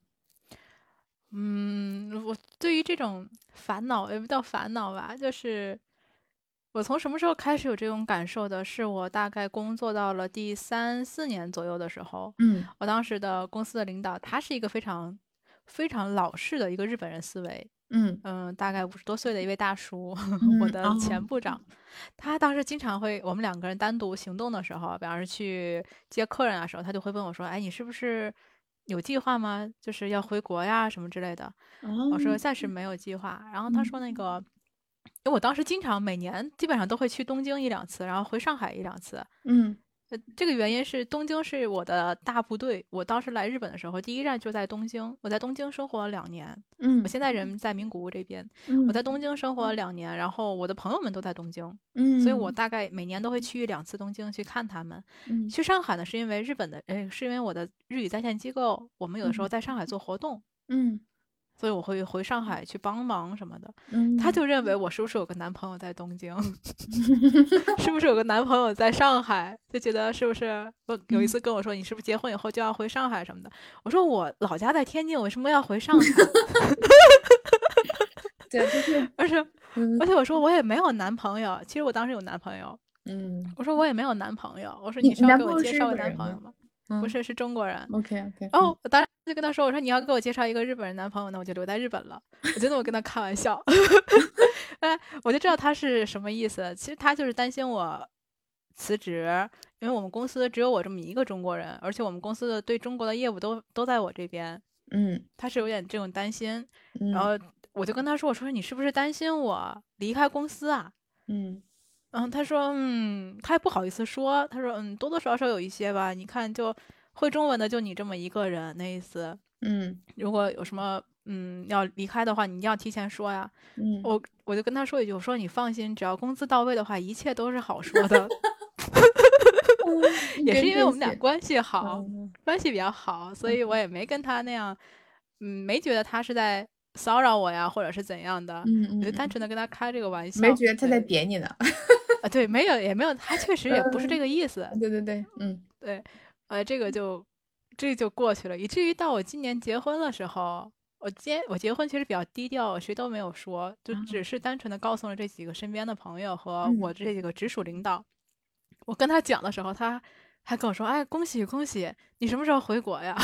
我对于这种烦恼也不叫烦恼吧，就是我从什么时候开始有这种感受的？是我大概工作到了第3、4年左右的时候， 嗯我当时的公司的领导他是一个非常非常老式的一个日本人思维。 嗯大概50多岁的一位大叔，我嗯， 的前哦， 部长，他当时经常会，我们2个人单独行动的时候，比方说去接客人啊时候，他就会问我说：“哎，你是不是有计划吗？就是要回国呀什么之类的。”我说哦， 暂时没有计划。然后他嗯说那个，因为我当时经常每年基本上都会去东京1、2次，然后回上海1、2次。 嗯这个原因是东京是我的大部队，我当时来日本的时候，第一站就在东京。我在东京生活了2年，我嗯现在人在名古屋这边，我在嗯东京生活了2年，然后我的朋友们都在东京，所以我嗯大概每年都会去1、2次东京去看他们。 嗯去上海呢，是因为是因为我的日语在线机构，我们有的时候嗯在上海做活动， 嗯所以我会回上海去帮忙什么的。他嗯就认为我是不是有个男朋友在东京，是不是有个男朋友在上海，就觉得是不是？我有一次跟我说，你是不是结婚以后就要回上海什么的？我说我老家在天津，我为什么要回上海？ 对，就是而且嗯而且我说我也没有男朋友，其实我当时有男朋友， 嗯， 我说我也没有男朋友，我说你你是要给男朋友是日我介绍个本人吗？ 男朋友吗？不嗯是，是中国人。 ，OK OK， 然后我当时就跟他说，我说你要给我介绍一个日本人男朋友，那我就留在日本了。我真的我跟他开玩笑，哎，我就知道他是什么意思。其实他就是担心我辞职，因为我们公司只有我这么一个中国人，而且我们公司的对中国的业务都在我这边， 嗯他是有点这种担心。然嗯后我就跟他说，我说你是不是担心我离开公司啊？ 嗯他说，他也不好意思说，他说，多多少少有一些吧，你看就会中文的就你这么一个人，那意思， 嗯如果有什么，要离开的话，你一定要提前说呀。 嗯， 我就跟他说一句，我说你放心，只要工资到位的话，一切都是好说的。 也是因为我们俩跟关系好， 嗯关系比较好，所以我也没跟他那样，没觉得他是在骚扰我呀，或者是怎样的，我就单纯的跟他开这个玩没笑。 觉得他在对点你呢。 对，没有也没有，他确实也不是这个意思。 对对对， 对，这就过去了，以至于到我今年结婚的时候，我结婚其实比较低调，我谁都没有说，就只是单纯的告诉了这几个身边的朋友和我这几个直属领导。我跟他讲的时候，他还跟我说：“哎，恭喜恭喜，你什么时候回国呀？”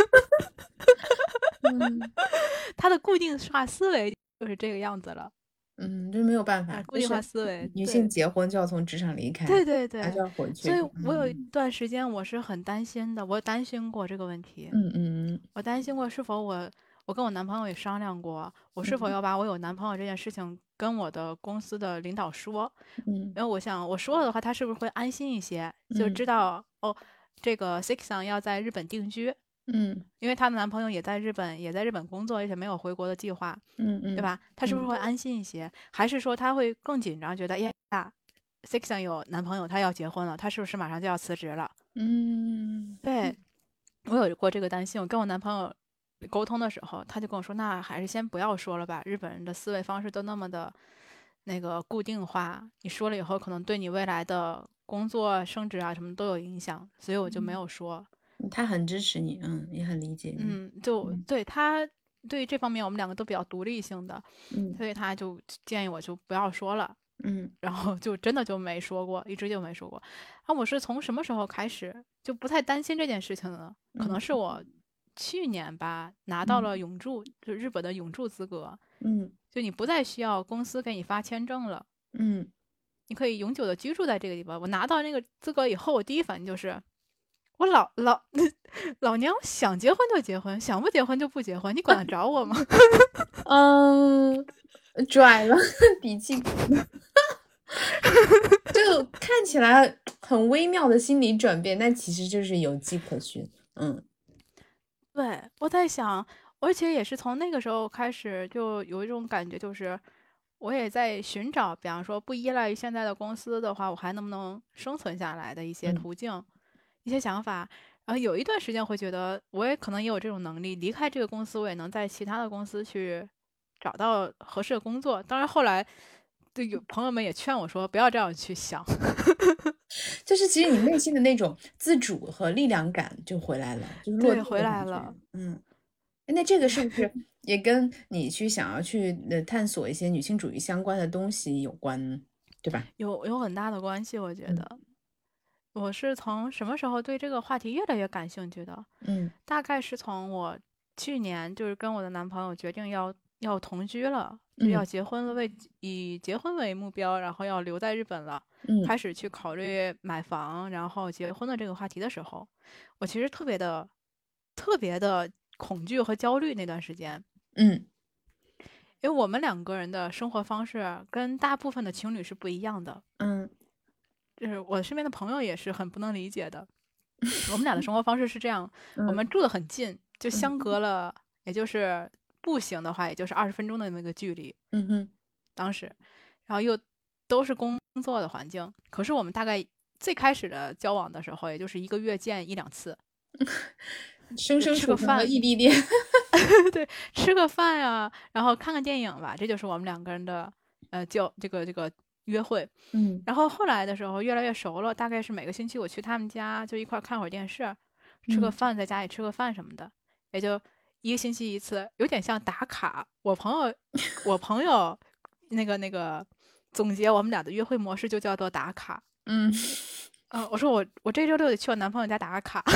他的固定化思维就是这个样子了。 就没有办法， 固定化思维， 女性结婚就要从职场离开， 对对对， 还是要回去。 所以我有一段时间我是很担心的，我担心过这个问题。我担心过是否我跟我男朋友也商量过，我是否要把我有男朋友这件事情跟我的公司的领导说。因为我想我说了的话，他是不是会安心一些，就知道这个 Sixon 要在日本定居。因为她的男朋友也在日本工作，而且没有回国的计划。对吧？他是不是会安心一些？还是说他会更紧张，觉得呀，Sixon 有男朋友，他要结婚了，他是不是马上就要辞职了？对，我有过这个担心。我跟我男朋友沟通的时候，他就跟我说：“那还是先不要说了吧，日本人的思维方式都那么的那个固定化，你说了以后，可能对你未来的工作、升职啊什么都有影响。”所以我就没有说。 他很支持你，也很理解你。 就对他对这方面我们两个都比较独立性的，所以他就建议我就不要说了。然后就真的就没说过，一直就没说过。我是从什么时候开始就不太担心这件事情呢？可能是我去年吧拿到了永住，就日本的永住资格。就你不再需要公司给你发签证了。你可以永久的居住在这个地方。我拿到那个资格以后，我第一反应就是，我老娘想结婚就结婚，想不结婚就不结婚，你管得着我吗？ 拽了，底气就看起来很微妙的心理转变，但其实就是有迹可循。 对，我在想，而且也是从那个时候开始，就有一种感觉，就是我也在寻找，比方说不依赖于现在的公司的话，我还能不能生存下来的一些途径、一些想法。然后有一段时间会觉得，我也可能也有这种能力，离开这个公司，我也能在其他的公司去找到合适的工作。当然后来，对有朋友们也劝我说，不要这样去想。 就是其实你内心的那种自主和力量感就回来了，就是落地回来了。 那这个是不是也跟你想要去探索一些女性主义相关的东西有关，对吧？ 有很大的关系，我觉得。我是从什么时候对这个话题越来越感兴趣的？大概是从我去年就是跟我的男朋友决定要同居了，就要结婚了，以结婚为目标，然后要留在日本了，开始去考虑买房，然后结婚的这个话题的时候，我其实特别的恐惧和焦虑那段时间。因为我们两个人的生活方式跟大部分的情侣是不一样的。就是我身边的朋友也是很不能理解的。我们俩的生活方式是这样，我们住得很近，就相隔了，也就是步行的话，也就是20分钟的那个距离。当时，然后又都是工作的环境，可是我们大概最开始的交往的时候，也就是1个月见1-2次， 生生处成了异地恋。 对，吃个饭呀，然后看看电影吧，这就是我们两个人的这个约会。然后后来的时候越来越熟了，大概是每个星期我去他们家就一块看会儿电视，吃个饭，在家里吃个饭什么的，也就1个星期1次，有点像打卡。我朋友那个总结我们俩的约会模式就叫做打卡。我说我这周6得去我男朋友家打个卡。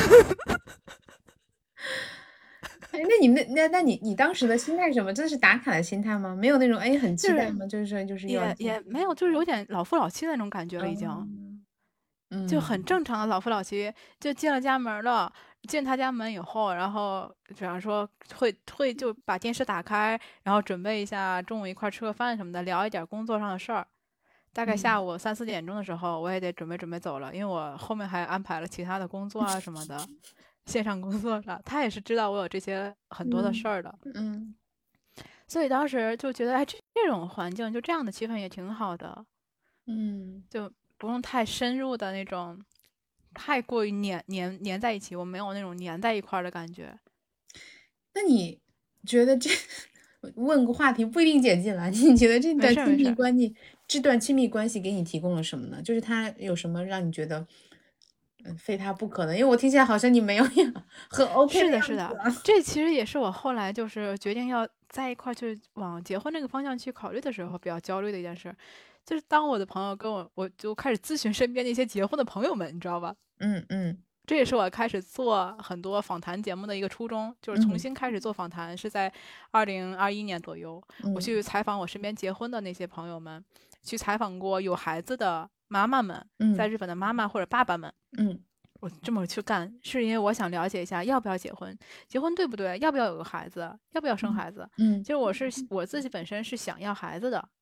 那你当时的心态是什么？这是打卡的心态吗？没有那种很期待吗？就是也没有，就是有点老夫老妻的那种感觉了，已经。就很正常的老夫老妻，就进了家门了。进他家门以后，然后比方说会就把电视打开，然后准备一下中午一块吃个饭什么的，聊一点工作上的事儿。大概下午3-4点钟的时候，我也得准备走了，因为我后面还安排了其他的工作啊什么的。线上工作上，他也是知道我有这些很多的事儿的。所以当时就觉得，这种环境就这样的气氛也挺好的。就不用太深入的那种太过于粘在一起，我没有那种粘在一块儿的感觉。 那你觉得问个话题不一定解禁了，你觉得这段亲密关系，这段亲密关系给你提供了什么呢？就是他有什么让你觉得，非他不可的？因为我听起来好像你没有很 OK 是的， 样子是的，这其实也是我后来就是决定要在一块儿去往结婚这个方向去考虑的时候比较焦虑的一件事，就是当我的朋友跟我就开始咨询身边那些结婚的朋友们，你知道吧？这也是我开始做很多访谈节目的一个初衷，就是重新开始做访谈，是在2021年左右，我去采访我身边结婚的那些朋友们，去采访过有孩子的妈妈们，在日本的妈妈或者爸爸们，我这么去干，是因为我想了解一下要不要结婚，结婚对不对，要不要有个孩子，要不要生孩子。其实我自己本身是想要孩子的，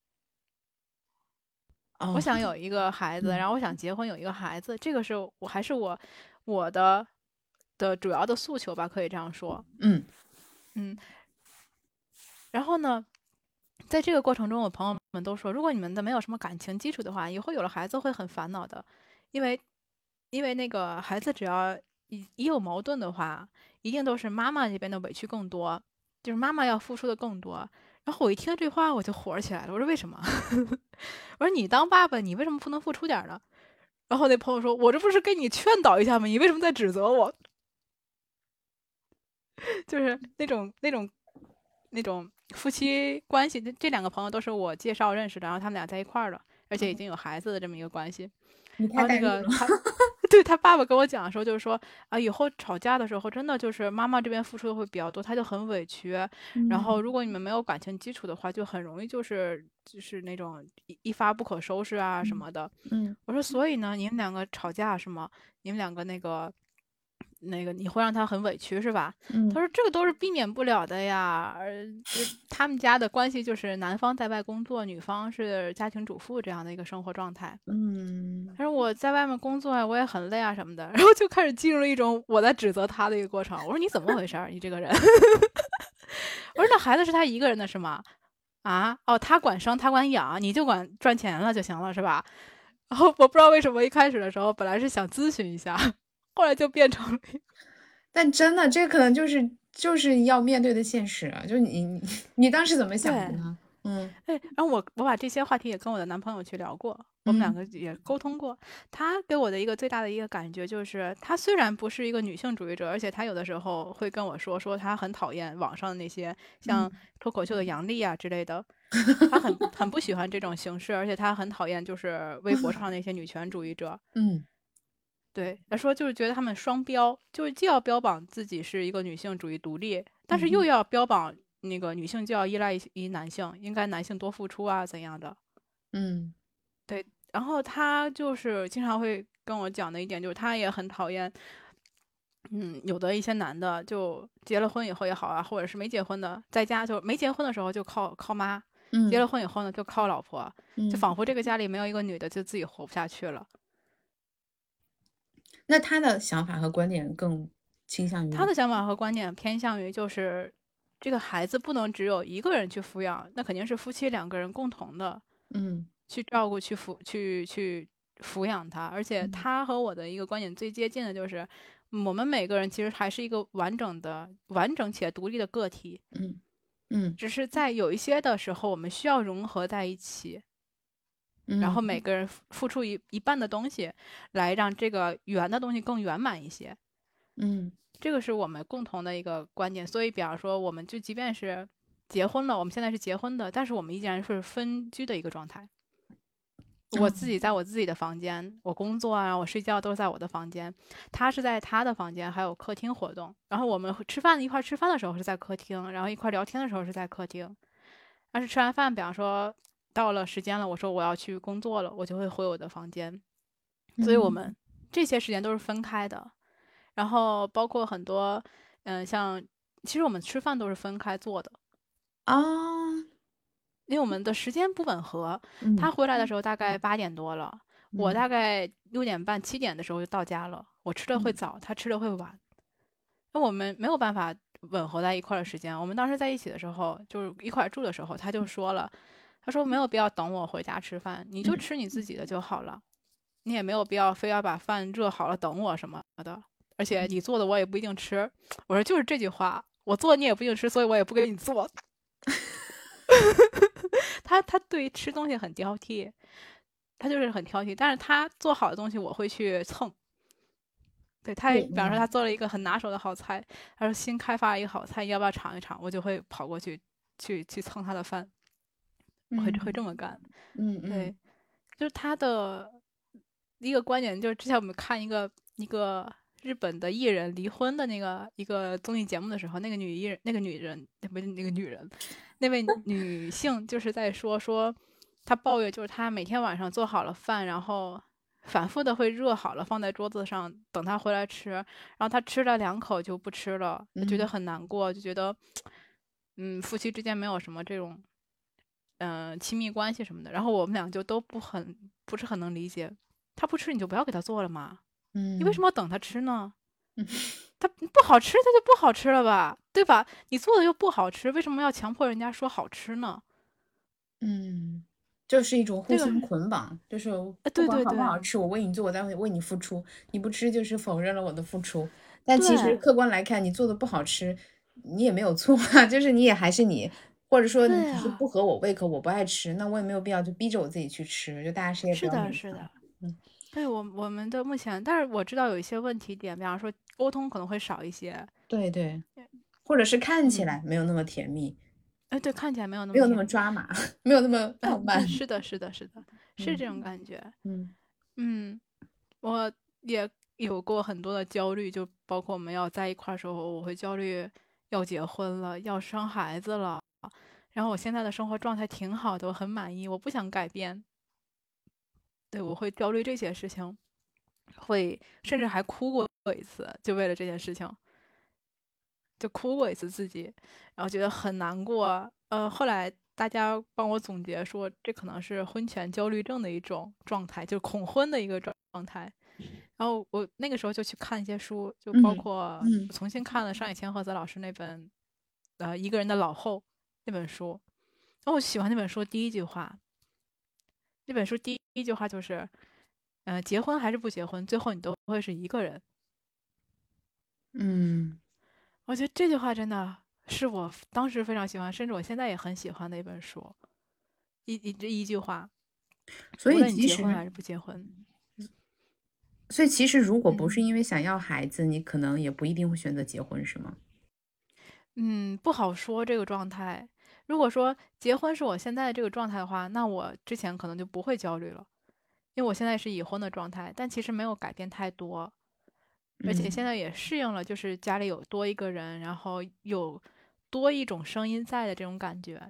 我想有一个孩子，然后我想结婚有一个孩子，这个是我的主要的诉求吧，可以这样说。然后呢，在这个过程中，我朋友们都说，如果你们的没有什么感情基础的话，以后有了孩子会很烦恼的，因为那个孩子只要一有矛盾的话，一定都是妈妈这边的委屈更多，就是妈妈要付出的更多。然后我一听这话，我就火起来了，我说为什么？我说你当爸爸，你为什么不能付出点呢？然后那朋友说，我这不是给你劝导一下吗？你为什么在指责我？就是那种夫妻关系，这两个朋友都是我介绍认识的，然后他们俩在一块儿了，而且已经有孩子的这么一个关系。然后那个对他爸爸跟我讲的时候，就是说啊，以后吵架的时候，真的就是妈妈这边付出的会比较多，他就很委屈。然后如果你们没有感情基础的话，就很容易就是那种一发不可收拾啊什么的。我说所以呢，你们两个吵架是吗？你们两个那个你会让他很委屈是吧？他说这个都是避免不了的呀。他们家的关系就是男方在外工作，女方是家庭主妇这样的一个生活状态。他说我在外面工作啊，我也很累啊什么的，然后就开始进入一种我在指责他的一个过程。我说你怎么回事儿？你这个人？我说那孩子是他一个人的是吗？啊，哦，他管生，他管养，你就管赚钱了就行了是吧？然后我不知道为什么一开始的时候本来是想咨询一下，后来就变成了， 但真的这可能就是要面对的现实啊！就你当时怎么想的呢？ 然后我把这些话题也跟我的男朋友去聊过，我们两个也沟通过。他给我的一个最大的一个感觉就是，他虽然不是一个女性主义者，而且他有的时候会跟我说他很讨厌网上的那些像脱口秀的杨笠啊之类的，他很不喜欢这种形式，而且他很讨厌就是微博上那些女权主义者。对，他说就是觉得他们双标，就是既要标榜自己是一个女性主义独立，但是又要标榜那个女性就要依赖于男性，应该男性多付出啊怎样的。对，然后他就是经常会跟我讲的一点就是他也很讨厌，有的一些男的就结了婚以后也好啊，或者是没结婚的，在家就没结婚的时候就靠妈，结了婚以后呢就靠老婆，就仿佛这个家里没有一个女的就自己活不下去了。 那他的想法和观点更倾向于他的想法和观点偏向于就是这个孩子不能只有一个人去抚养，那肯定是夫妻两个人共同的，去照顾、去抚养他。而且他和我的一个观点最接近的就是，我们每个人其实还是一个完整且独立的个体，只是在有一些的时候我们需要融合在一起。然后每个人付出一半的东西，来让这个圆的东西更圆满一些。这个是我们共同的一个观点。所以，比方说，我们就即便是结婚了，我们现在是结婚的，但是我们依然是分居的一个状态。我自己在我自己的房间，我工作啊，我睡觉都在我的房间，他是在他的房间，还有客厅活动。然后我们一块吃饭的时候是在客厅，然后一块聊天的时候是在客厅。但是吃完饭，比方说到了时间了，我说我要去工作了，我就会回我的房间。所以我们这些时间都是分开的。然后包括很多，像其实我们吃饭都是分开做的因为我们的时间不吻合。他回来的时候大概8点多了，我大概6点半7点的时候就到家了。我吃的会早，他吃的会晚，那我们没有办法吻合在一块的时间。我们当时在一起的时候，就是一块住的时候，他就说了，他说没有必要等我回家吃饭，你就吃你自己的就好了。 你也没有必要非要把饭热好了等我什么的，而且你做的我也不一定吃。我说就是这句话，我做你也不一定吃，所以我也不给你做。他对于吃东西很挑剔，他就是很挑剔，但是他做好的东西我会去蹭。对他，比方说他做了一个很拿手的好菜，他说新开发了一个好菜，要不要尝一尝？我就会跑过去蹭他的饭，我会这么干。对，就是他的一个观点，就是之前我们看一个日本的艺人离婚的一个综艺节目的时候，那个女艺人，那个女人，不是那个女人，那位女性就是在说她抱怨，就是她每天晚上做好了饭，然后反复的会热好了放在桌子上等他回来吃，然后他吃了2口就不吃了，他觉得很难过，就觉得夫妻之间没有什么这种亲密关系什么的。然后我们俩就都不是很能理解，他不吃你就不要给他做了嘛，你为什么要等他吃呢？他不好吃他就不好吃了吧，对吧？你做的又不好吃，为什么要强迫人家说好吃呢？ 就是一种互相捆绑，就是不管好不好吃，我为你做，我在为你付出，你不吃就是否认了我的付出。但其实客观来看，你做的不好吃，你也没有错啊，就是你也还是你，或者说你只是不合我胃口，我不爱吃，那我也没有必要就逼着我自己去吃，就大家谁也不要勉强。 对，我们的目前，但是我知道有一些问题点，比方说沟通可能会少一些， 对，或者是看起来没有那么甜蜜。 对，看起来没有那么抓马，没有那么浪漫。 是的，是这种感觉。我也有过很多的焦虑，就包括我们要在一块儿的时候，我会焦虑要结婚了，要生孩子了。然后我现在的生活状态挺好的，我很满意，我不想改变。对，我会焦虑这些事情，甚至还哭过一次，就为了这件事情。就哭过一次自己，然后觉得很难过。后来大家帮我总结说，这可能是婚前焦虑症的一种状态，就恐婚的一个状态。然后我那个时候就去看一些书，就包括重新看了上野千鹤子老师那本一个人的老后那本书。然后我喜欢那本书第一句话，那本书第一句话就是结婚还是不结婚，最后你都会是一个人。我觉得这句话真的是我当时非常喜欢，甚至我现在也很喜欢的一本书。一句话， 所以无论你结婚还是不结婚。 所以其实如果不是因为想要孩子，你可能也不一定会选择结婚，是吗？ 不好说这个状态。如果说结婚是我现在的这个状态的话，那我之前可能就不会焦虑了，因为我现在是已婚的状态，但其实没有改变太多。而且现在也适应了，就是家里有多一个人，然后有多一种声音在的这种感觉。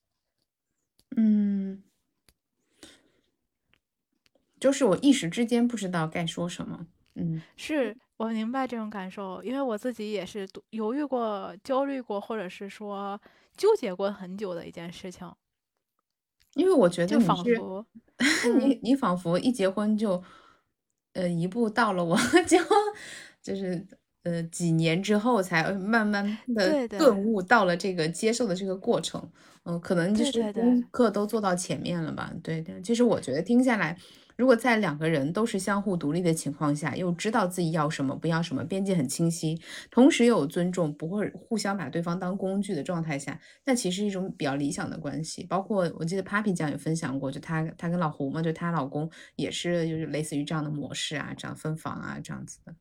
就是我一时之间不知道该说什么。 是我明白这种感受，因为我自己也是犹豫过、焦虑过，或者是说纠结过很久的一件事情。 因为我觉得就仿佛你仿佛一结婚就一步到了我就是几年之后才慢慢的顿悟到了这个接受的这个过程。可能就是功课都做到前面了吧。对，其实我觉得听下来，如果在2个人都是相互独立的情况下，又知道自己要什么不要什么，边界很清晰，同时又有尊重，不会互相把对方当工具的状态下，那其实是一种比较理想的关系。包括我记得 Papi 酱也分享过，就她跟老胡嘛，就她老公也是就是类似于这样的模式啊，这样分房啊，这样子的。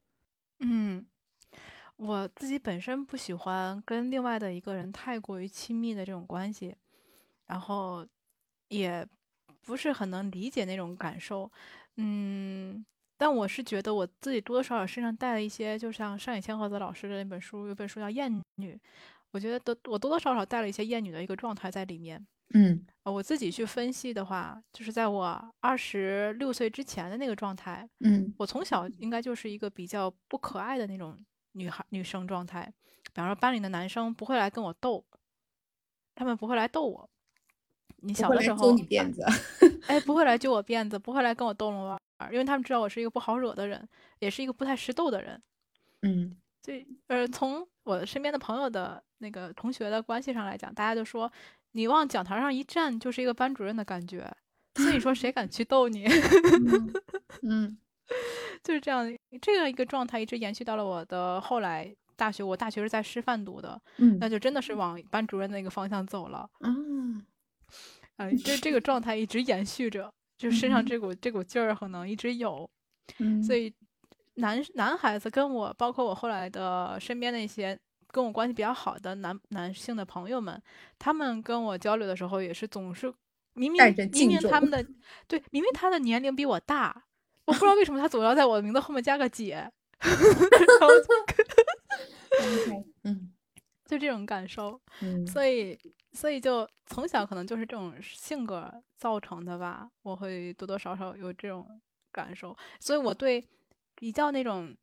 我自己本身不喜欢跟另外的一个人太过于亲密的这种关系，然后也不是很能理解那种感受。但我是觉得我自己多多少少身上带了一些，就像上野千鹤子老师的那本书，有本书叫《厌女》，我觉得我多多少少带了一些厌女的一个状态在里面。我自己去分析的话，就是在我26岁之前的那个状态，我从小应该就是一个比较不可爱的那种女生状态。比方说班里的男生不会来跟我斗，他们不会来逗我。你小的时候， 不会来揪你辫子， 不会来揪我辫子，不会来跟我逗着玩，因为他们知道我是一个不好惹的人，也是一个不太识逗的人。所以从我身边的朋友的那个同学的关系上来讲，大家就说你往讲台上一站就是一个班主任的感觉， 所以你说谁敢去逗你？ 嗯就是这样，这样一个状态一直延续到了我的后来大学。我大学是在师范读的，那嗯就真的是往班主任那个方向走了。 嗯这个状态一直延续着，就身上嗯这股劲儿可能一直有。所嗯以男孩子跟我，包括我后来的身边那些跟我关系比较好的男性的朋友们，他们跟我交流的时候也是总是明带明明着敬重。 明他们的对，明明他的年龄比我大，我不知道为什么他总要在我的名字后面加个姐，然后 OK， 就这种感受。 嗯所以就从小可能就是这种性格造成的吧，我会多多少少有这种感受。所以我对比较那种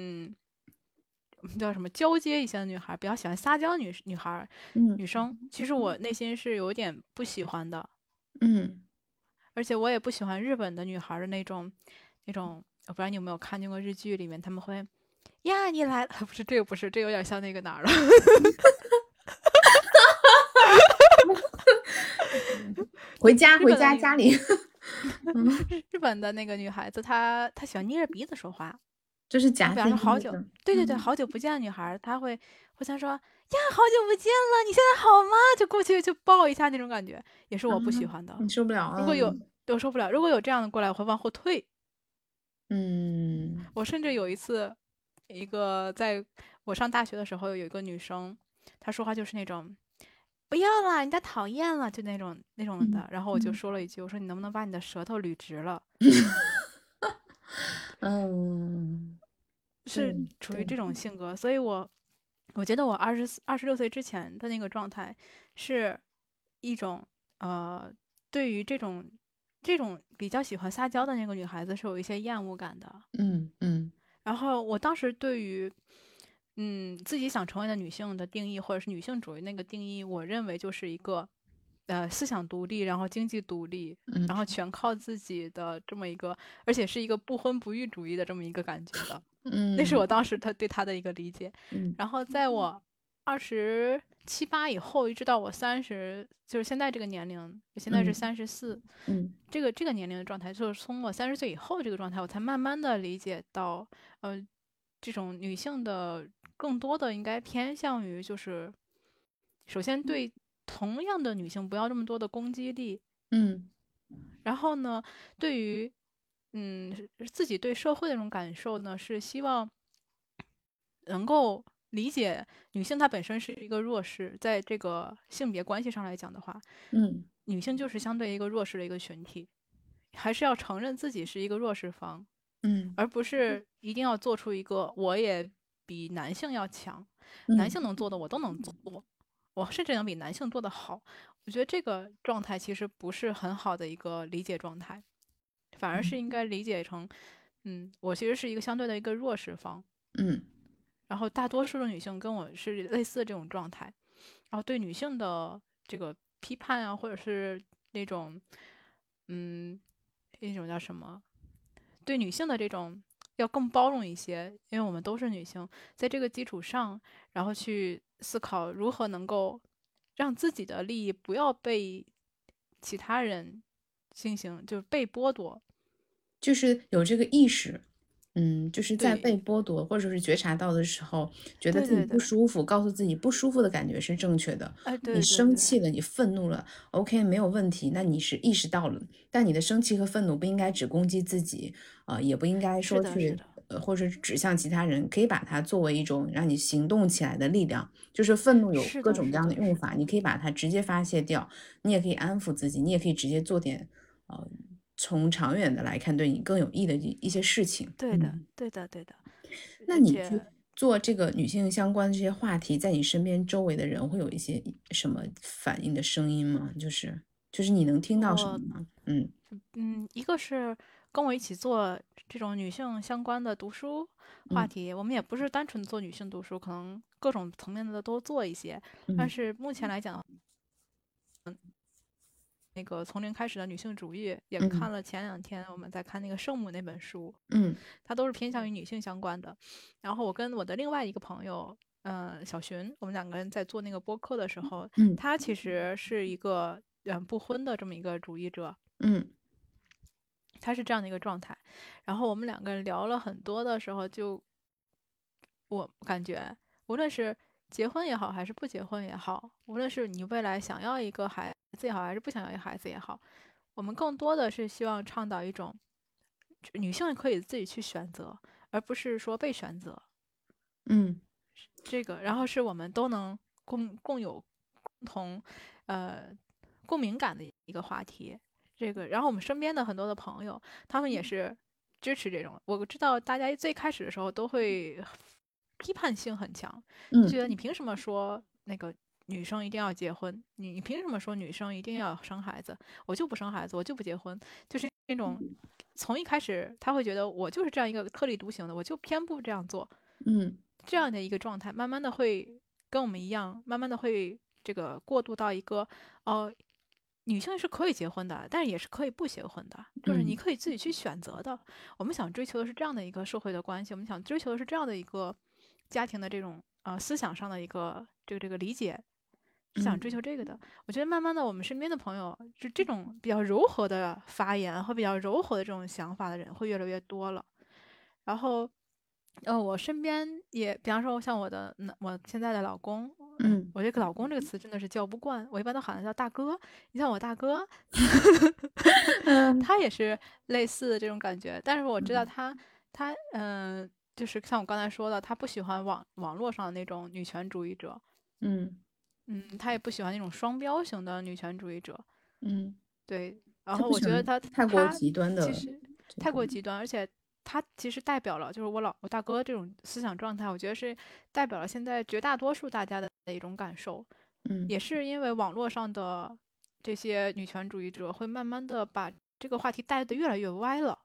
叫什么交接一些的女孩，比较喜欢撒娇女孩嗯女生，其实我内心是有点不喜欢的。 嗯而且我也不喜欢日本的女孩的那种，我不知道你有没有看见过日剧里面他们会呀你来了，不是这个不是，这有点像那个哪儿了。 回家回日本的女家家里， 日本的那个女孩子，她喜欢捏着鼻子说话。 就是假比方说好久， 惺惺的。 对对对，好久不见的女孩，她会互相说呀，好久不见了，你现在好吗？就过去就抱一下那种感觉，也是我不喜欢的。 你受不了啊。 如果有，我受不了。如果有这样的过来，我会往后退。 嗯我甚至有一次，在我上大学的时候，有一个女生，她说话就是那种不要啦，你太讨厌了，就那种的。然后我就说了一句，我说你能不能把你的舌头捋直了？ 嗯， 是对对， 处于这种性格，所以我觉得我26岁之前的那个状态，是一种对于这种比较喜欢撒娇的那个女孩子是有一些厌恶感的。 嗯然后我当时对于自己想成为的女性的定义，或者是女性主义那个定义，我认为就是一个思想独立，然后经济独立， 嗯然后全靠自己的这么一个，而且是一个不婚不育主义的这么一个感觉的。那是嗯我当时对他的一个理解。 嗯然后在我27、28以后，一直到我30，就是现在这个年龄，我现在是34， 嗯这个年龄的状态，就是从我30岁以后这个状态，我才慢慢的理解到，这种女性的更多的应该偏向于就是，首先对同样的女性不要这么多的攻击力， 嗯然后呢，对于自己对社会的那种感受呢，是希望能够理解女性她本身是一个弱势，在这个性别关系上来讲的话， 嗯女性就是相对一个弱势的一个群体，还是要承认自己是一个弱势方， 嗯而不是一定要做出一个我也比男性要强，男嗯性能做的我都能做，我甚至能比男性做得好。我觉得这个状态其实不是很好的一个理解状态，反而是应该理解成，我其实是一个相对的一个弱势方， 嗯然后大多数的女性跟我是类似的这种状态，然后对女性的这个批判啊，或者是那种，嗯，那种叫什么？对女性的这种要更包容一些，因为我们都是女性，在这个基础上，然后去思考如何能够让自己的利益不要被其他人就是被剥夺。 就是有这个意识。就是在对， 被剥夺或者是觉察到的时候，觉得自己对对对， 不舒服，告诉自己不舒服的感觉是正确的。 哎， 你对对对， 生气了，你愤怒了，OK，没有问题，那你是意识到了，但你的生气和愤怒不应该只攻击自己，也不应该是的，是说去， 的， 或者指向其他人，可以把它作为一种让你行动起来的力量。就是愤怒有是的， 各种各样的是的， 用法， 是的。 你可以把它直接发泄掉，你也可以安抚自己，你也可以直接做点，从长远的来看，对你更有益的一些事情。 对的，对的，对的， 那而且你去做这个女性相关的这些话题，在你身边周围的人会有一些什么反应的声音吗？就是你能听到什么我吗？ 一个是跟我一起做这种女性相关的读书话嗯题，我们也不是单纯做女性读书，可能各种层面的都做一些。但嗯是目前来讲，那个从零开始的女性主义也嗯看了，前2天我们在看那个圣母那本书， 嗯它都是偏向于女性相关的。然后我跟我的另外一个朋友，小寻，我们两个人在做那个播客的时候， 嗯他其实是一个不婚的这么一个主义者。 嗯他是这样的一个状态。然后我们两个人聊了很多的时候，就我感觉，无论是结婚也好，还是不结婚也好，无论是你未来想要一个孩子也好，还是不想要一个孩子也好，我们更多的是希望倡导一种女性可以自己去选择，而不是说被选择。 这个，然后是我们都能共有共同共鸣感的一个话题。这个，然后我们身边的很多的朋友，他们也是支持这种。我知道大家最开始的时候都会批判性很强，就觉得你凭什么说那个女生一定要结婚？你凭什么说女生一定要生孩子？我就不生孩子，我就不结婚，就是那种从一开始他会觉得我就是这样一个特立独行的，我就偏不这样做。这样的一个状态，慢慢的会跟我们一样，慢慢的会这个过渡到一个女性是可以结婚的，但是也是可以不结婚的，就是你可以自己去选择的。我们想追求的是这样的一个社会的关系，我们想追求的是这样的一个家庭的这种思想上的一个这个理解，是想追求这个的。我觉得慢慢的，我们身边的朋友就这种比较柔和的发言和比较柔和的这种想法的人会越来越多了。然后我身边也，比方说像我现在的老公，我这个老公这个词真的是叫不惯，我一般都喊他叫大哥。你像我大哥，他也是类似的这种感觉，但是我知道他就是像我刚才说的，他不喜欢网络上的那种女权主义者，他也不喜欢那种双标型的女权主义者，对，然后我觉得他太过极端的， 其实太过极端，而且他其实代表了，就是我大哥这种思想状态，我觉得是代表了现在绝大多数大家的一种感受。也是因为网络上的这些女权主义者会慢慢的把这个话题带得越来越歪了。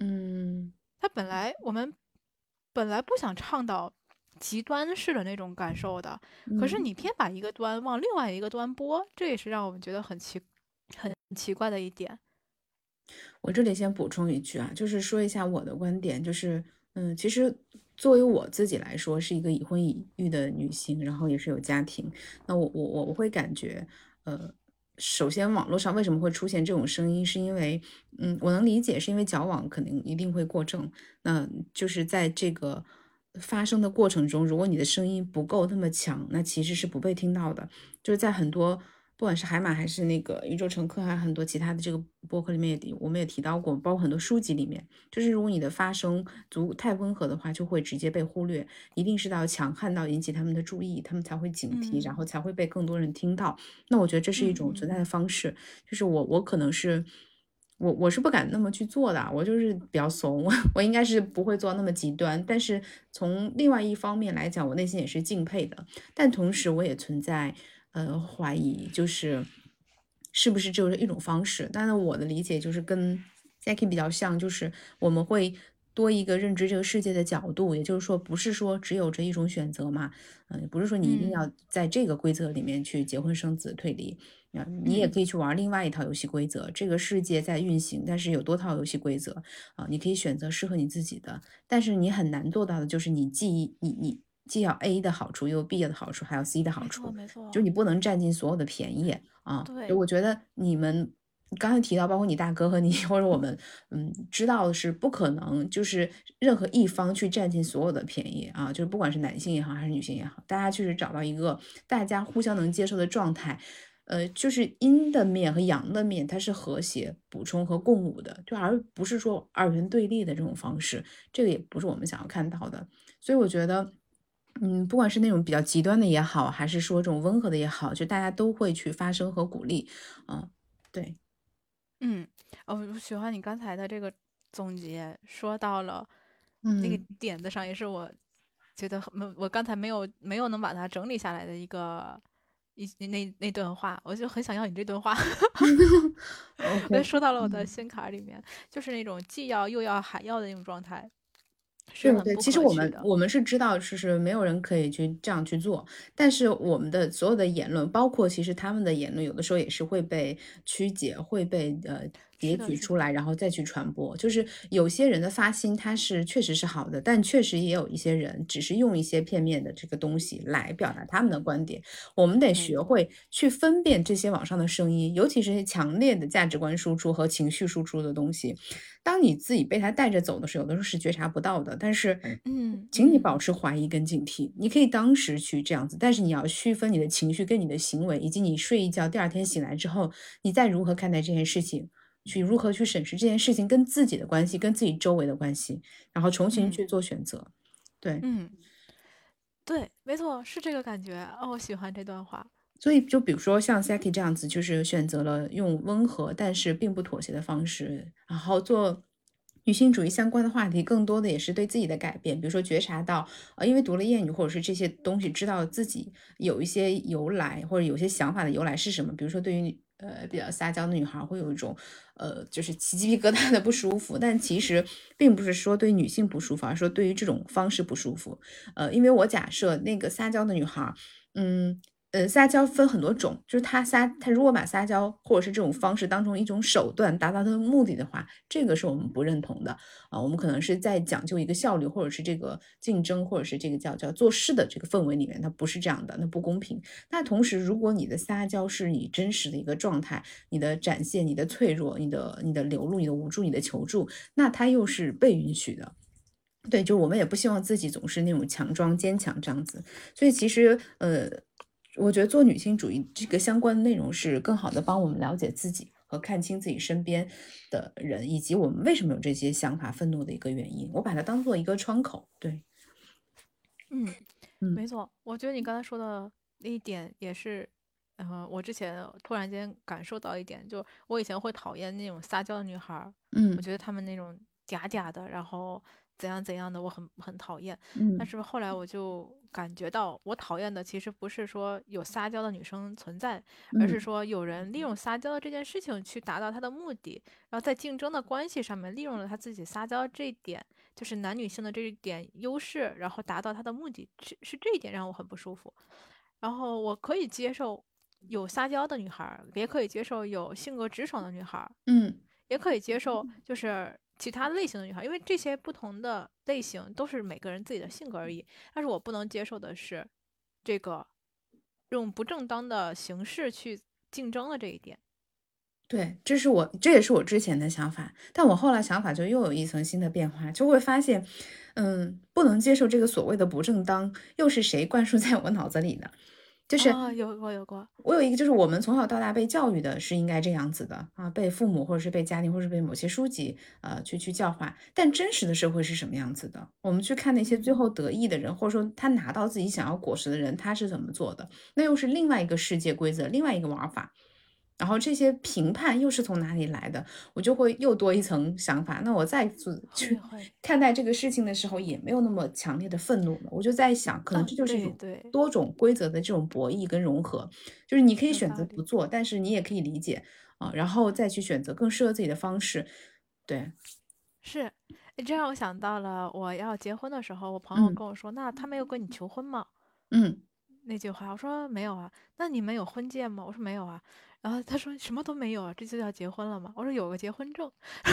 我们本来不想倡导极端式的那种感受的，可是你偏把一个端往另外一个端播，这也是让我们觉得很奇怪的一点。 我这里先补充一句啊，就是说一下我的观点，就是其实作为我自己来说，是一个已婚已育的女性，然后也是有家庭，那我会感觉，首先网络上为什么会出现这种声音，是因为我能理解，是因为矫枉肯定一定会过正，那就是在这个发生的过程中，如果你的声音不够那么强，那其实是不被听到的。就是在很多不管是海马还是那个宇宙乘客，还有很多其他的这个播客里面我们也提到过，包括很多书籍里面，就是如果你的发声太温和的话，就会直接被忽略，一定是到强悍到引起他们的注意，他们才会警惕，然后才会被更多人听到。那我觉得这是一种存在的方式，就是我可能是我是不敢那么去做的，我就是比较怂，我应该是不会做那么极端，但是从另外一方面来讲，我内心也是敬佩的，但同时我也存在怀疑，就是是不是只有一种方式。但是我的理解就是跟 Jackie 比较像，就是我们会多一个认知这个世界的角度，也就是说不是说只有这一种选择嘛，不是说你一定要在这个规则里面去结婚生子退离，你也可以去玩另外一套游戏规则。这个世界在运行，但是有多套游戏规则你可以选择适合你自己的，但是你很难做到的就是你既要 A 的好处，又有 B 的好处，还有 C 的好处， 没错， 就你不能占尽所有的便宜啊。 对， 所以我觉得你们刚才提到，包括你大哥和你或者我们，知道的是不可能，就是任何一方去占尽所有的便宜啊，就是不管是男性也好，还是女性也好，大家确实找到一个大家互相能接受的状态。就是阴的面和阳的面，它是和谐、补充和共舞的，就而不是说二元对立的这种方式，这个也不是我们想要看到的。所以我觉得，不管是那种比较极端的也好，还是说这种温和的也好，就大家都会去发声和鼓励，对。 我喜欢你刚才的这个总结，说到了那个点子上，也是我觉得我刚才没有能把它整理下来的那段话，我就很想要你这段话。我说到了我的心坎里面，就是那种既要又要还要的那种状态。 对，其实我们是知道，就是没有人可以去这样去做，但是我们的所有的言论，包括其实他们的言论，有的时候也是会被曲解，会被截取出来，然后再去传播。就是有些人的发心他是确实是好的，但确实也有一些人只是用一些片面的这个东西来表达他们的观点。我们得学会去分辨这些网上的声音，尤其是强烈的价值观输出和情绪输出的东西。当你自己被他带着走的时候，有的时候是觉察不到的。但是，请你保持怀疑跟警惕。你可以当时去这样子，但是你要区分你的情绪跟你的行为，以及你睡一觉，第二天醒来之后，你再如何看待这件事情。去如何去审视这件事情跟自己的关系，跟自己周围的关系，然后重新去做选择。对， 对，没错，是这个感觉。我喜欢这段话。 所以就比如说像 Saki 这样子，就是选择了用温和但是并不妥协的方式，然后做女性主义相关的话题，更多的也是对自己的改变。比如说觉察到，因为读了谚语或者是这些东西，知道自己有一些由来或者有些想法的由来是什么。比如说对于比较撒娇的女孩会有一种就是起鸡皮疙瘩的不舒服，但其实并不是说对女性不舒服，而是说对于这种方式不舒服。因为我假设那个撒娇的女孩，撒娇分很多种，就是她如果把撒娇或者是这种方式当成一种手段达到她的目的的话，这个是我们不认同的啊。我们可能是在讲究一个效率，或者是这个竞争，或者是这个叫做事的这个氛围里面，它不是这样的，那不公平。那同时，如果你的撒娇是你真实的一个状态，你的展现，你的脆弱，你的流露，你的无助，你的求助，那它又是被允许的。对，就我们也不希望自己总是那种强装坚强这样子，所以其实我觉得做女性主义这个相关的内容是更好的帮我们了解自己和看清自己身边的人，以及我们为什么有这些想法、愤怒的一个原因。我把它当做一个窗口。对， 没错，我觉得你刚才说的那一点也是，我之前突然间感受到一点，就我以前会讨厌那种撒娇的女孩儿，我觉得她们那种嗲嗲的，然后怎样怎样的，我很讨厌。但是后来我就感觉到，我讨厌的其实不是说有撒娇的女生存在，而是说有人利用撒娇的这件事情去达到他的目的，然后在竞争的关系上面利用了他自己撒娇这一点。就是男女性的这一点优势，然后达到他的目的，是这一点让我很不舒服。然后我可以接受有撒娇的女孩，也可以接受有性格直爽的女孩，也可以接受就是其他类型的女孩，因为这些不同的类型都是每个人自己的性格而已。但是我不能接受的是这个用不正当的形式去竞争的这一点。 对，这也是我之前的想法，但我后来想法就又有一层新的变化，就会发现，不能接受这个所谓的不正当，又是谁灌输在我脑子里呢？就是有过， 我有一个，就是我们从小到大被教育的是应该这样子的啊，被父母或者是被家庭或者是被某些书籍去教化，但真实的社会是什么样子的？我们去看那些最后得意的人，或者说他拿到自己想要果实的人，他是怎么做的？那又是另外一个世界规则，另外一个玩法。然后这些评判又是从哪里来的？我就会又多一层想法。那我再次去看待这个事情的时候，也没有那么强烈的愤怒了。我就在想，可能这就是一种多种规则的这种博弈跟融合。就是你可以选择不做，但是你也可以理解啊，然后再去选择更适合自己的方式。对， 是，这让我想到了我要结婚的时候，我朋友跟我说：“那他没有跟你求婚吗？”那句话我说没有啊。那你们有婚戒吗？我说没有啊。然后他说什么都没有啊，这就叫结婚了吗？我说有个结婚证。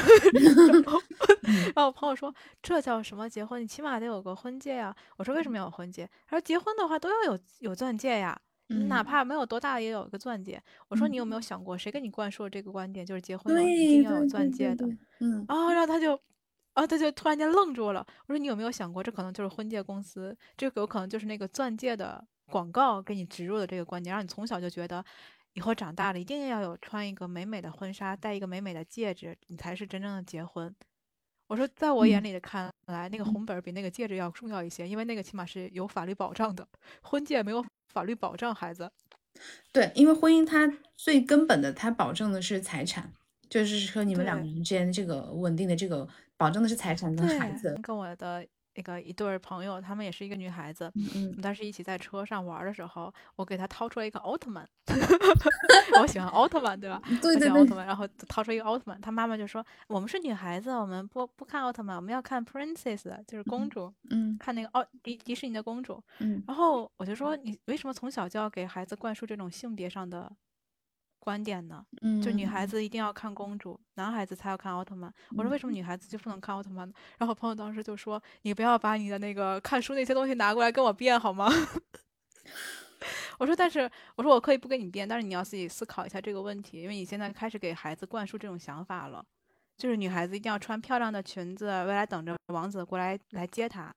然后我朋友说这叫什么结婚？你起码得有个婚戒呀。我说为什么要有婚戒？他说结婚的话都要有钻戒呀，哪怕没有多大也有一个钻戒。我说你有没有想过，谁给你灌输这个观点，就是结婚一定要有钻戒的？然后他就突然间愣住了。我说你有没有想过，这可能就是婚戒公司，这个有可能就是那个钻戒的广告给你植入的这个观点，让你从小就觉得以后长大了一定要有穿一个美美的婚纱，戴一个美美的戒指，你才是真正的结婚。我说在我眼里的看来，那个红本比那个戒指要重要一些，因为那个起码是有法律保障的，婚戒没有法律保障孩子。 对，因为婚姻它最根本的，它保证的是财产，就是说你们两个人之间这个稳定的这个保证的是财产跟孩子。 跟我的一对朋友，她们也是一个女孩子，我们当时一起在车上玩的时候，我给她掏出了一个奥特曼，我喜欢奥特曼，对吧？ 对对对， 我喜欢奥特曼，然后掏出一个奥特曼，她妈妈就说我们是女孩子，我们不看奥特曼，我们要看 princess， 就是公主，看那个迪士尼的公主。然后我就说你为什么从小就要给孩子灌输这种性别上的观点呢？就女孩子一定要看公主，男孩子才要看奥特曼。我说为什么女孩子就不能看奥特曼呢？然后我朋友当时就说：“你不要把你的那个看书那些东西拿过来跟我辩好吗？”我说：“但是我说我可以不跟你辩，但是你要自己思考一下这个问题，因为你现在开始给孩子灌输这种想法了，就是女孩子一定要穿漂亮的裙子，未来等着王子过来接她。”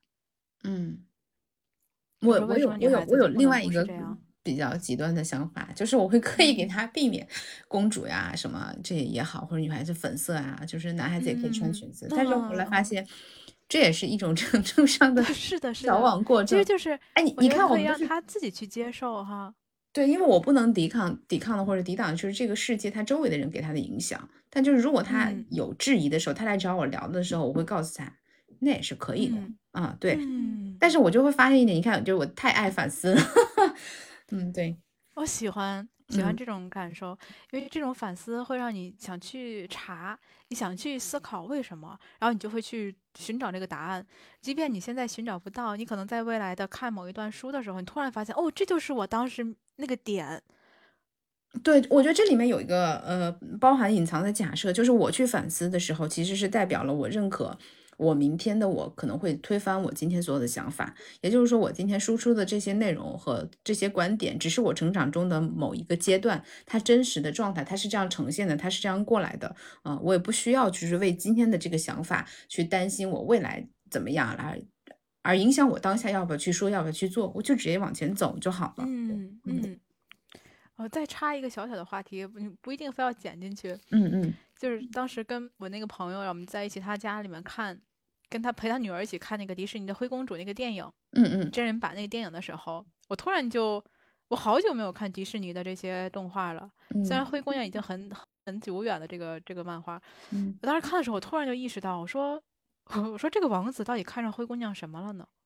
我说为什么女孩子我有就不能另外一个不是这样？ 比较极端的想法，就是我会刻意给他避免公主呀什么这也好，或者女孩子粉色啊，就是男孩子也可以穿裙子。但是后来发现，这也是一种程度上的是的，是矫的， 枉过正。 其实就是哎，你我觉得可以看我们都是让他自己去接受哈。 对，因为我不能抵抗的或者抵挡，就是这个世界他周围的人给他的影响。但就是如果他有质疑的时候，他来找我聊的时候，我会告诉他，那也是可以的啊，对。但是我就会发现一点，你看，就是我太爱反思了。对， 我喜欢这种感受，因为这种反思会让你想去查，你想去思考为什么，然后你就会去寻找这个答案。即便你现在寻找不到，你可能在未来的看某一段书的时候，你突然发现，哦，这就是我当时那个点。 对，我觉得这里面有一个包含隐藏的假设，就是我去反思的时候，其实是代表了我认可我明天的我可能会推翻我今天所有的想法。也就是说，我今天输出的这些内容和这些观点，只是我成长中的某一个阶段，它真实的状态，它是这样呈现的，它是这样过来的。我也不需要就是为今天的这个想法去担心我未来怎么样来，而影响我当下要不要去说，要不要去做，我就直接往前走就好了。 再插一个小小的话题，不一定非要剪进去。就是当时跟我那个朋友，我们在一起他家里面看，跟他陪他女儿一起看那个迪士尼的灰公主那个电影，真人版那个电影的时候，我突然就，我好久没有看迪士尼的这些动画了。虽然灰姑娘已经很久远的这个漫画，我当时看的时候，我突然就意识到，我说这个王子到底看上灰姑娘什么了呢？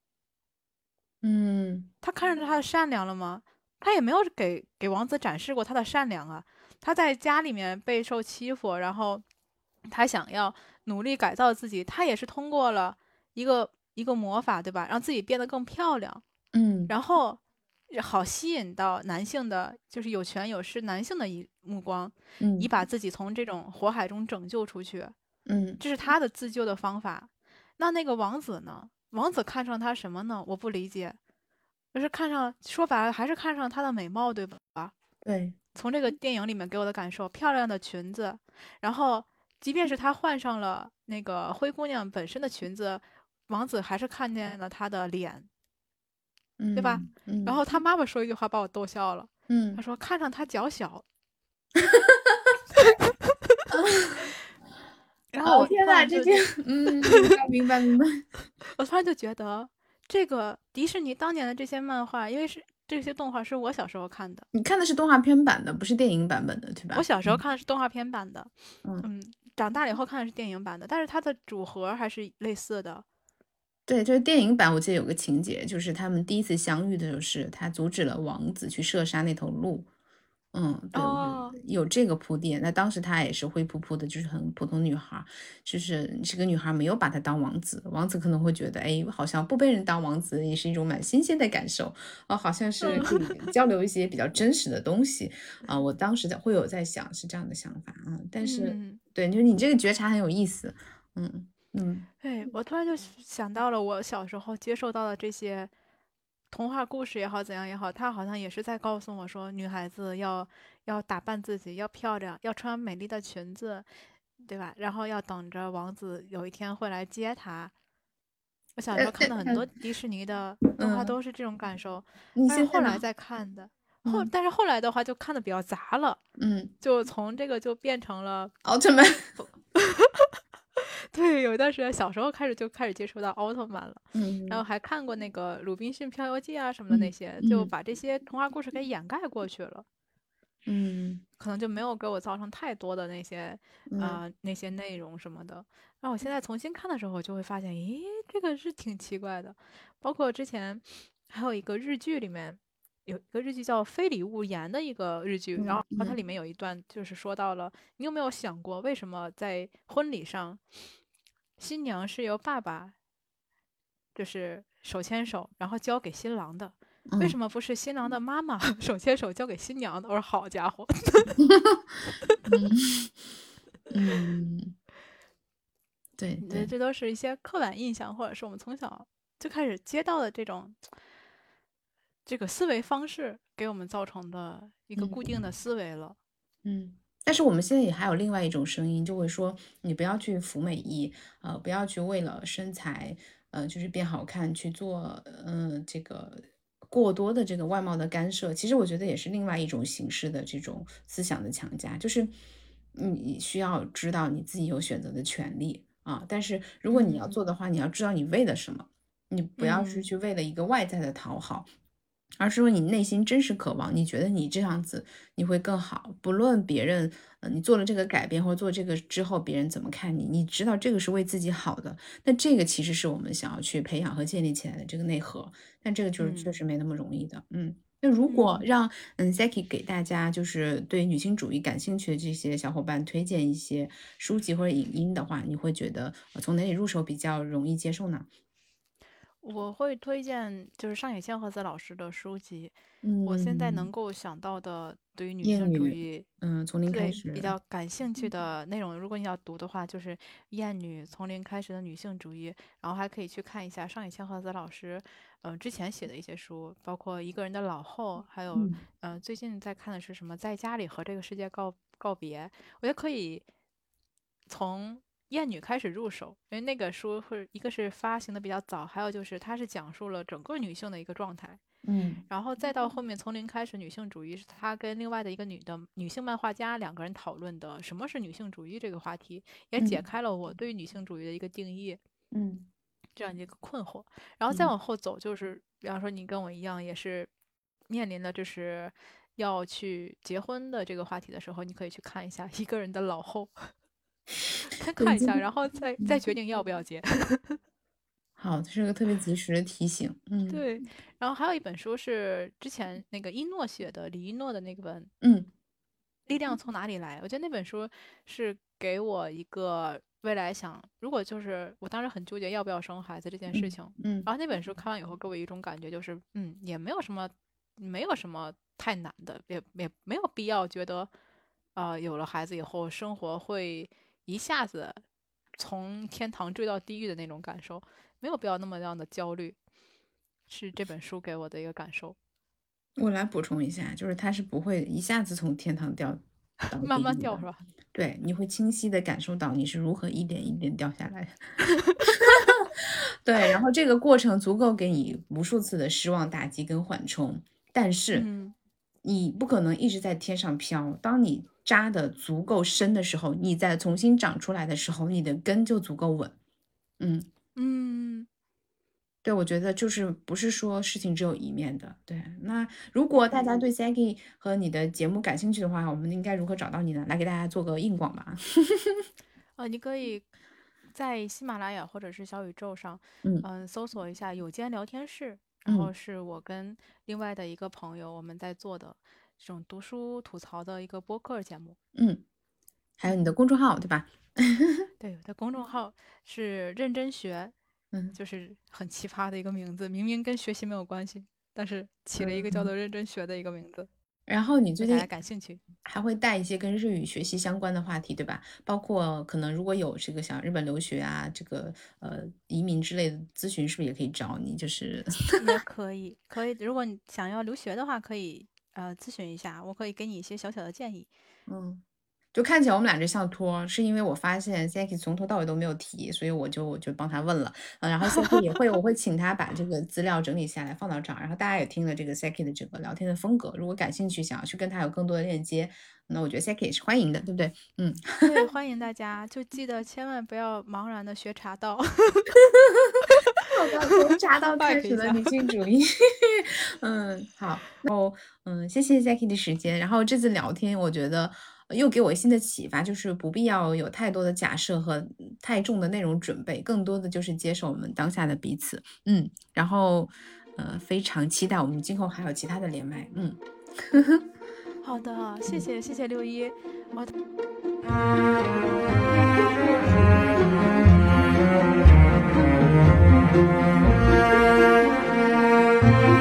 他看上她的善良了吗？他也没有给王子展示过他的善良啊。他在家里面备受欺负，然后他想要努力改造自己，他也是通过了一个魔法，对吧？让自己变得更漂亮，然后好吸引到男性的，就是有权有势男性的目光，以把自己从这种火海中拯救出去。这是他的自救的方法。那个王子呢？王子看上他什么呢？我不理解。就是看上，说白了还是看上她的美貌，对吧？ 对， 从这个电影里面给我的感受，漂亮的裙子，然后即便是她换上了那个灰姑娘本身的裙子，王子还是看见了她的脸，对吧？然后他妈妈说一句话把我逗笑了，他说看上她脚小。然后我天呐，这件，明白。 我突然就觉得，这个迪士尼当年的这些漫画，因为是这些动画是我小时候看的， 你看的是动画片版的，不是电影版本的，对吧？ 我小时候看的是动画片版的，长大了以后看的是电影版的，但是它的主核还是类似的。 对，就是电影版，我记得有个情节，就是他们第一次相遇的时候，是他阻止了王子去射杀那头鹿。对，有这个铺垫。那当时她也是灰扑扑的，就是很普通女孩，就是这个女孩没有把他当王子，王子可能会觉得，哎，好像不被人当王子也是一种蛮新鲜的感受，好像是可以交流一些比较真实的东西啊。我当时会有在想是这样的想法啊，但是对，就是你这个觉察很有意思， 对，我突然就想到了我小时候接受到的这些童话故事也好，怎样也好，他好像也是在告诉我说，女孩子要打扮自己，要漂亮，要穿美丽的裙子，对吧？然后要等着王子有一天会来接她。我小时候看的很多迪士尼的动画都是这种感受，但是后来再看的，但是后来的话就看的比较杂了，就从这个就变成了奥特曼。 对，有一段时间小时候就开始接触到奥特曼了，然后还看过那个《鲁滨逊漂游记》啊什么的那些，就把这些童话故事给掩盖过去了，可能就没有给我造成太多的那些那些内容什么的。然后我现在重新看的时候，我就会发现，咦，这个是挺奇怪的。包括之前还有一个日剧里面有一个日剧叫《非礼勿言》的一个日剧，然后它里面有一段就是说到了，你有没有想过为什么在婚礼上？新娘是由爸爸，就是手牵手，然后交给新郎的， 为什么不是新郎的妈妈手牵手交给新娘的？我说好家伙。 对对， 这都是一些刻板印象，或者是我们从小就开始接到的这个思维方式给我们造成的一个固定的思维了。 但是我们现在也还有另外一种声音，就会说你不要去服美役，不要去为了身材，就是变好看去做，这个过多的这个外貌的干涉。其实我觉得也是另外一种形式的这种思想的强加，就是你需要知道你自己有选择的权利啊。但是如果你要做的话，你要知道你为了什么，你不要是去为了一个外在的讨好。而是说你内心真实渴望，你觉得你这样子你会更好，不论别人，你做了这个改变或者做这个之后别人怎么看你，你知道这个是为自己好的，那这个其实是我们想要去培养和建立起来的这个内核，但这个就是确实没那么容易的，那如果让Zaki 给大家就是对女性主义感兴趣的这些小伙伴推荐一些书籍或者影音的话，你会觉得从哪里入手比较容易接受呢？ 我会推荐就是上野千鹤子老师的书籍。我现在能够想到的对于女性主义， 从零开对始， 比较感兴趣的内容，如果你要读的话，就是厌女从零开始的女性主义，然后还可以去看一下上野千鹤子老师，之前写的一些书，包括一个人的老后，还有最近在看的是什么，在家里和这个世界告别，我觉得可以从厌女开始入手，因为那个书一个是发行的比较早，还有就是它是讲述了整个女性的一个状态。然后再到后面从零开始女性主义，是她跟另外的一个女性漫画家两个人讨论的什么是女性主义这个话题，也解开了我对于女性主义的一个定义，这样一个困惑。然后再往后走，就是比方说你跟我一样，也是面临的就是要去结婚的这个话题的时候，你可以去看一下一个人的老后。先看一下，然后再决定要不要结。 好，这是个特别及时的提醒。 对。然后还有一本书是之前那个一诺写的，李一诺的那本力量从哪里来？我觉得那本书是给我一个未来想，如果就是我当时很纠结要不要生孩子这件事情，然后那本书看完以后给我一种感觉就是，也没有什么太难的，也没有必要觉得，有了孩子以后生活会一下子从天堂坠到地狱的那种感受，没有必要那么样的焦虑，是这本书给我的一个感受。 我来补充一下，就是它是不会一下子从天堂掉到地狱的， 慢慢掉是吧？ 对，你会清晰的感受到你是如何一点一点掉下来的。对，然后这个过程足够给你无数次的失望、打击跟缓冲，但是你不可能一直在天上飘。当你扎的足够深的时候，你再重新长出来的时候，你的根就足够稳。对，我觉得就是不是说事情只有一面的。对，那如果大家对 Zaki 和你的节目感兴趣的话，我们应该如何找到你呢？来给大家做个硬广吧。 你可以在喜马拉雅或者是小宇宙上，搜索一下有间聊天室，然后是我跟另外的一个朋友我们在做的这种读书吐槽的一个播客节目。 还有你的公众号对吧？ 对，我的公众号是认真学，就是很奇葩的一个名字，明明跟学习没有关系，但是起了一个叫做认真学的一个名字。 然后你最近大家感兴趣还会带一些跟日语学习相关的话题，对吧？包括可能如果有这个想日本留学啊，这个移民之类的咨询，是不是也可以找你？就是也可以，如果你想要留学的话，可以咨询一下，我可以给你一些小小的建议。 就看起来我们俩这像托，是因为我发现 Zaki 从头到尾都没有提，所以我就帮他问了。然后 Zaki 也会，我会请他把这个资料整理下来放到这儿。然后大家也听了这个 Zaki 的这个聊天的风格，如果感兴趣想要去跟他有更多的链接，那我觉得 Zaki 也是欢迎的，对不对？ 对，欢迎大家，就记得千万不要茫然的学茶道。 从茶道开始的女性主义。好，然后谢谢 Zaki 的时间。然后这次聊天，我觉得又给我新的启发，就是不必要有太多的假设和太重的内容准备，更多的就是接受我们当下的彼此。然后非常期待我们今后还有其他的连麦。 好的，谢谢六一。 我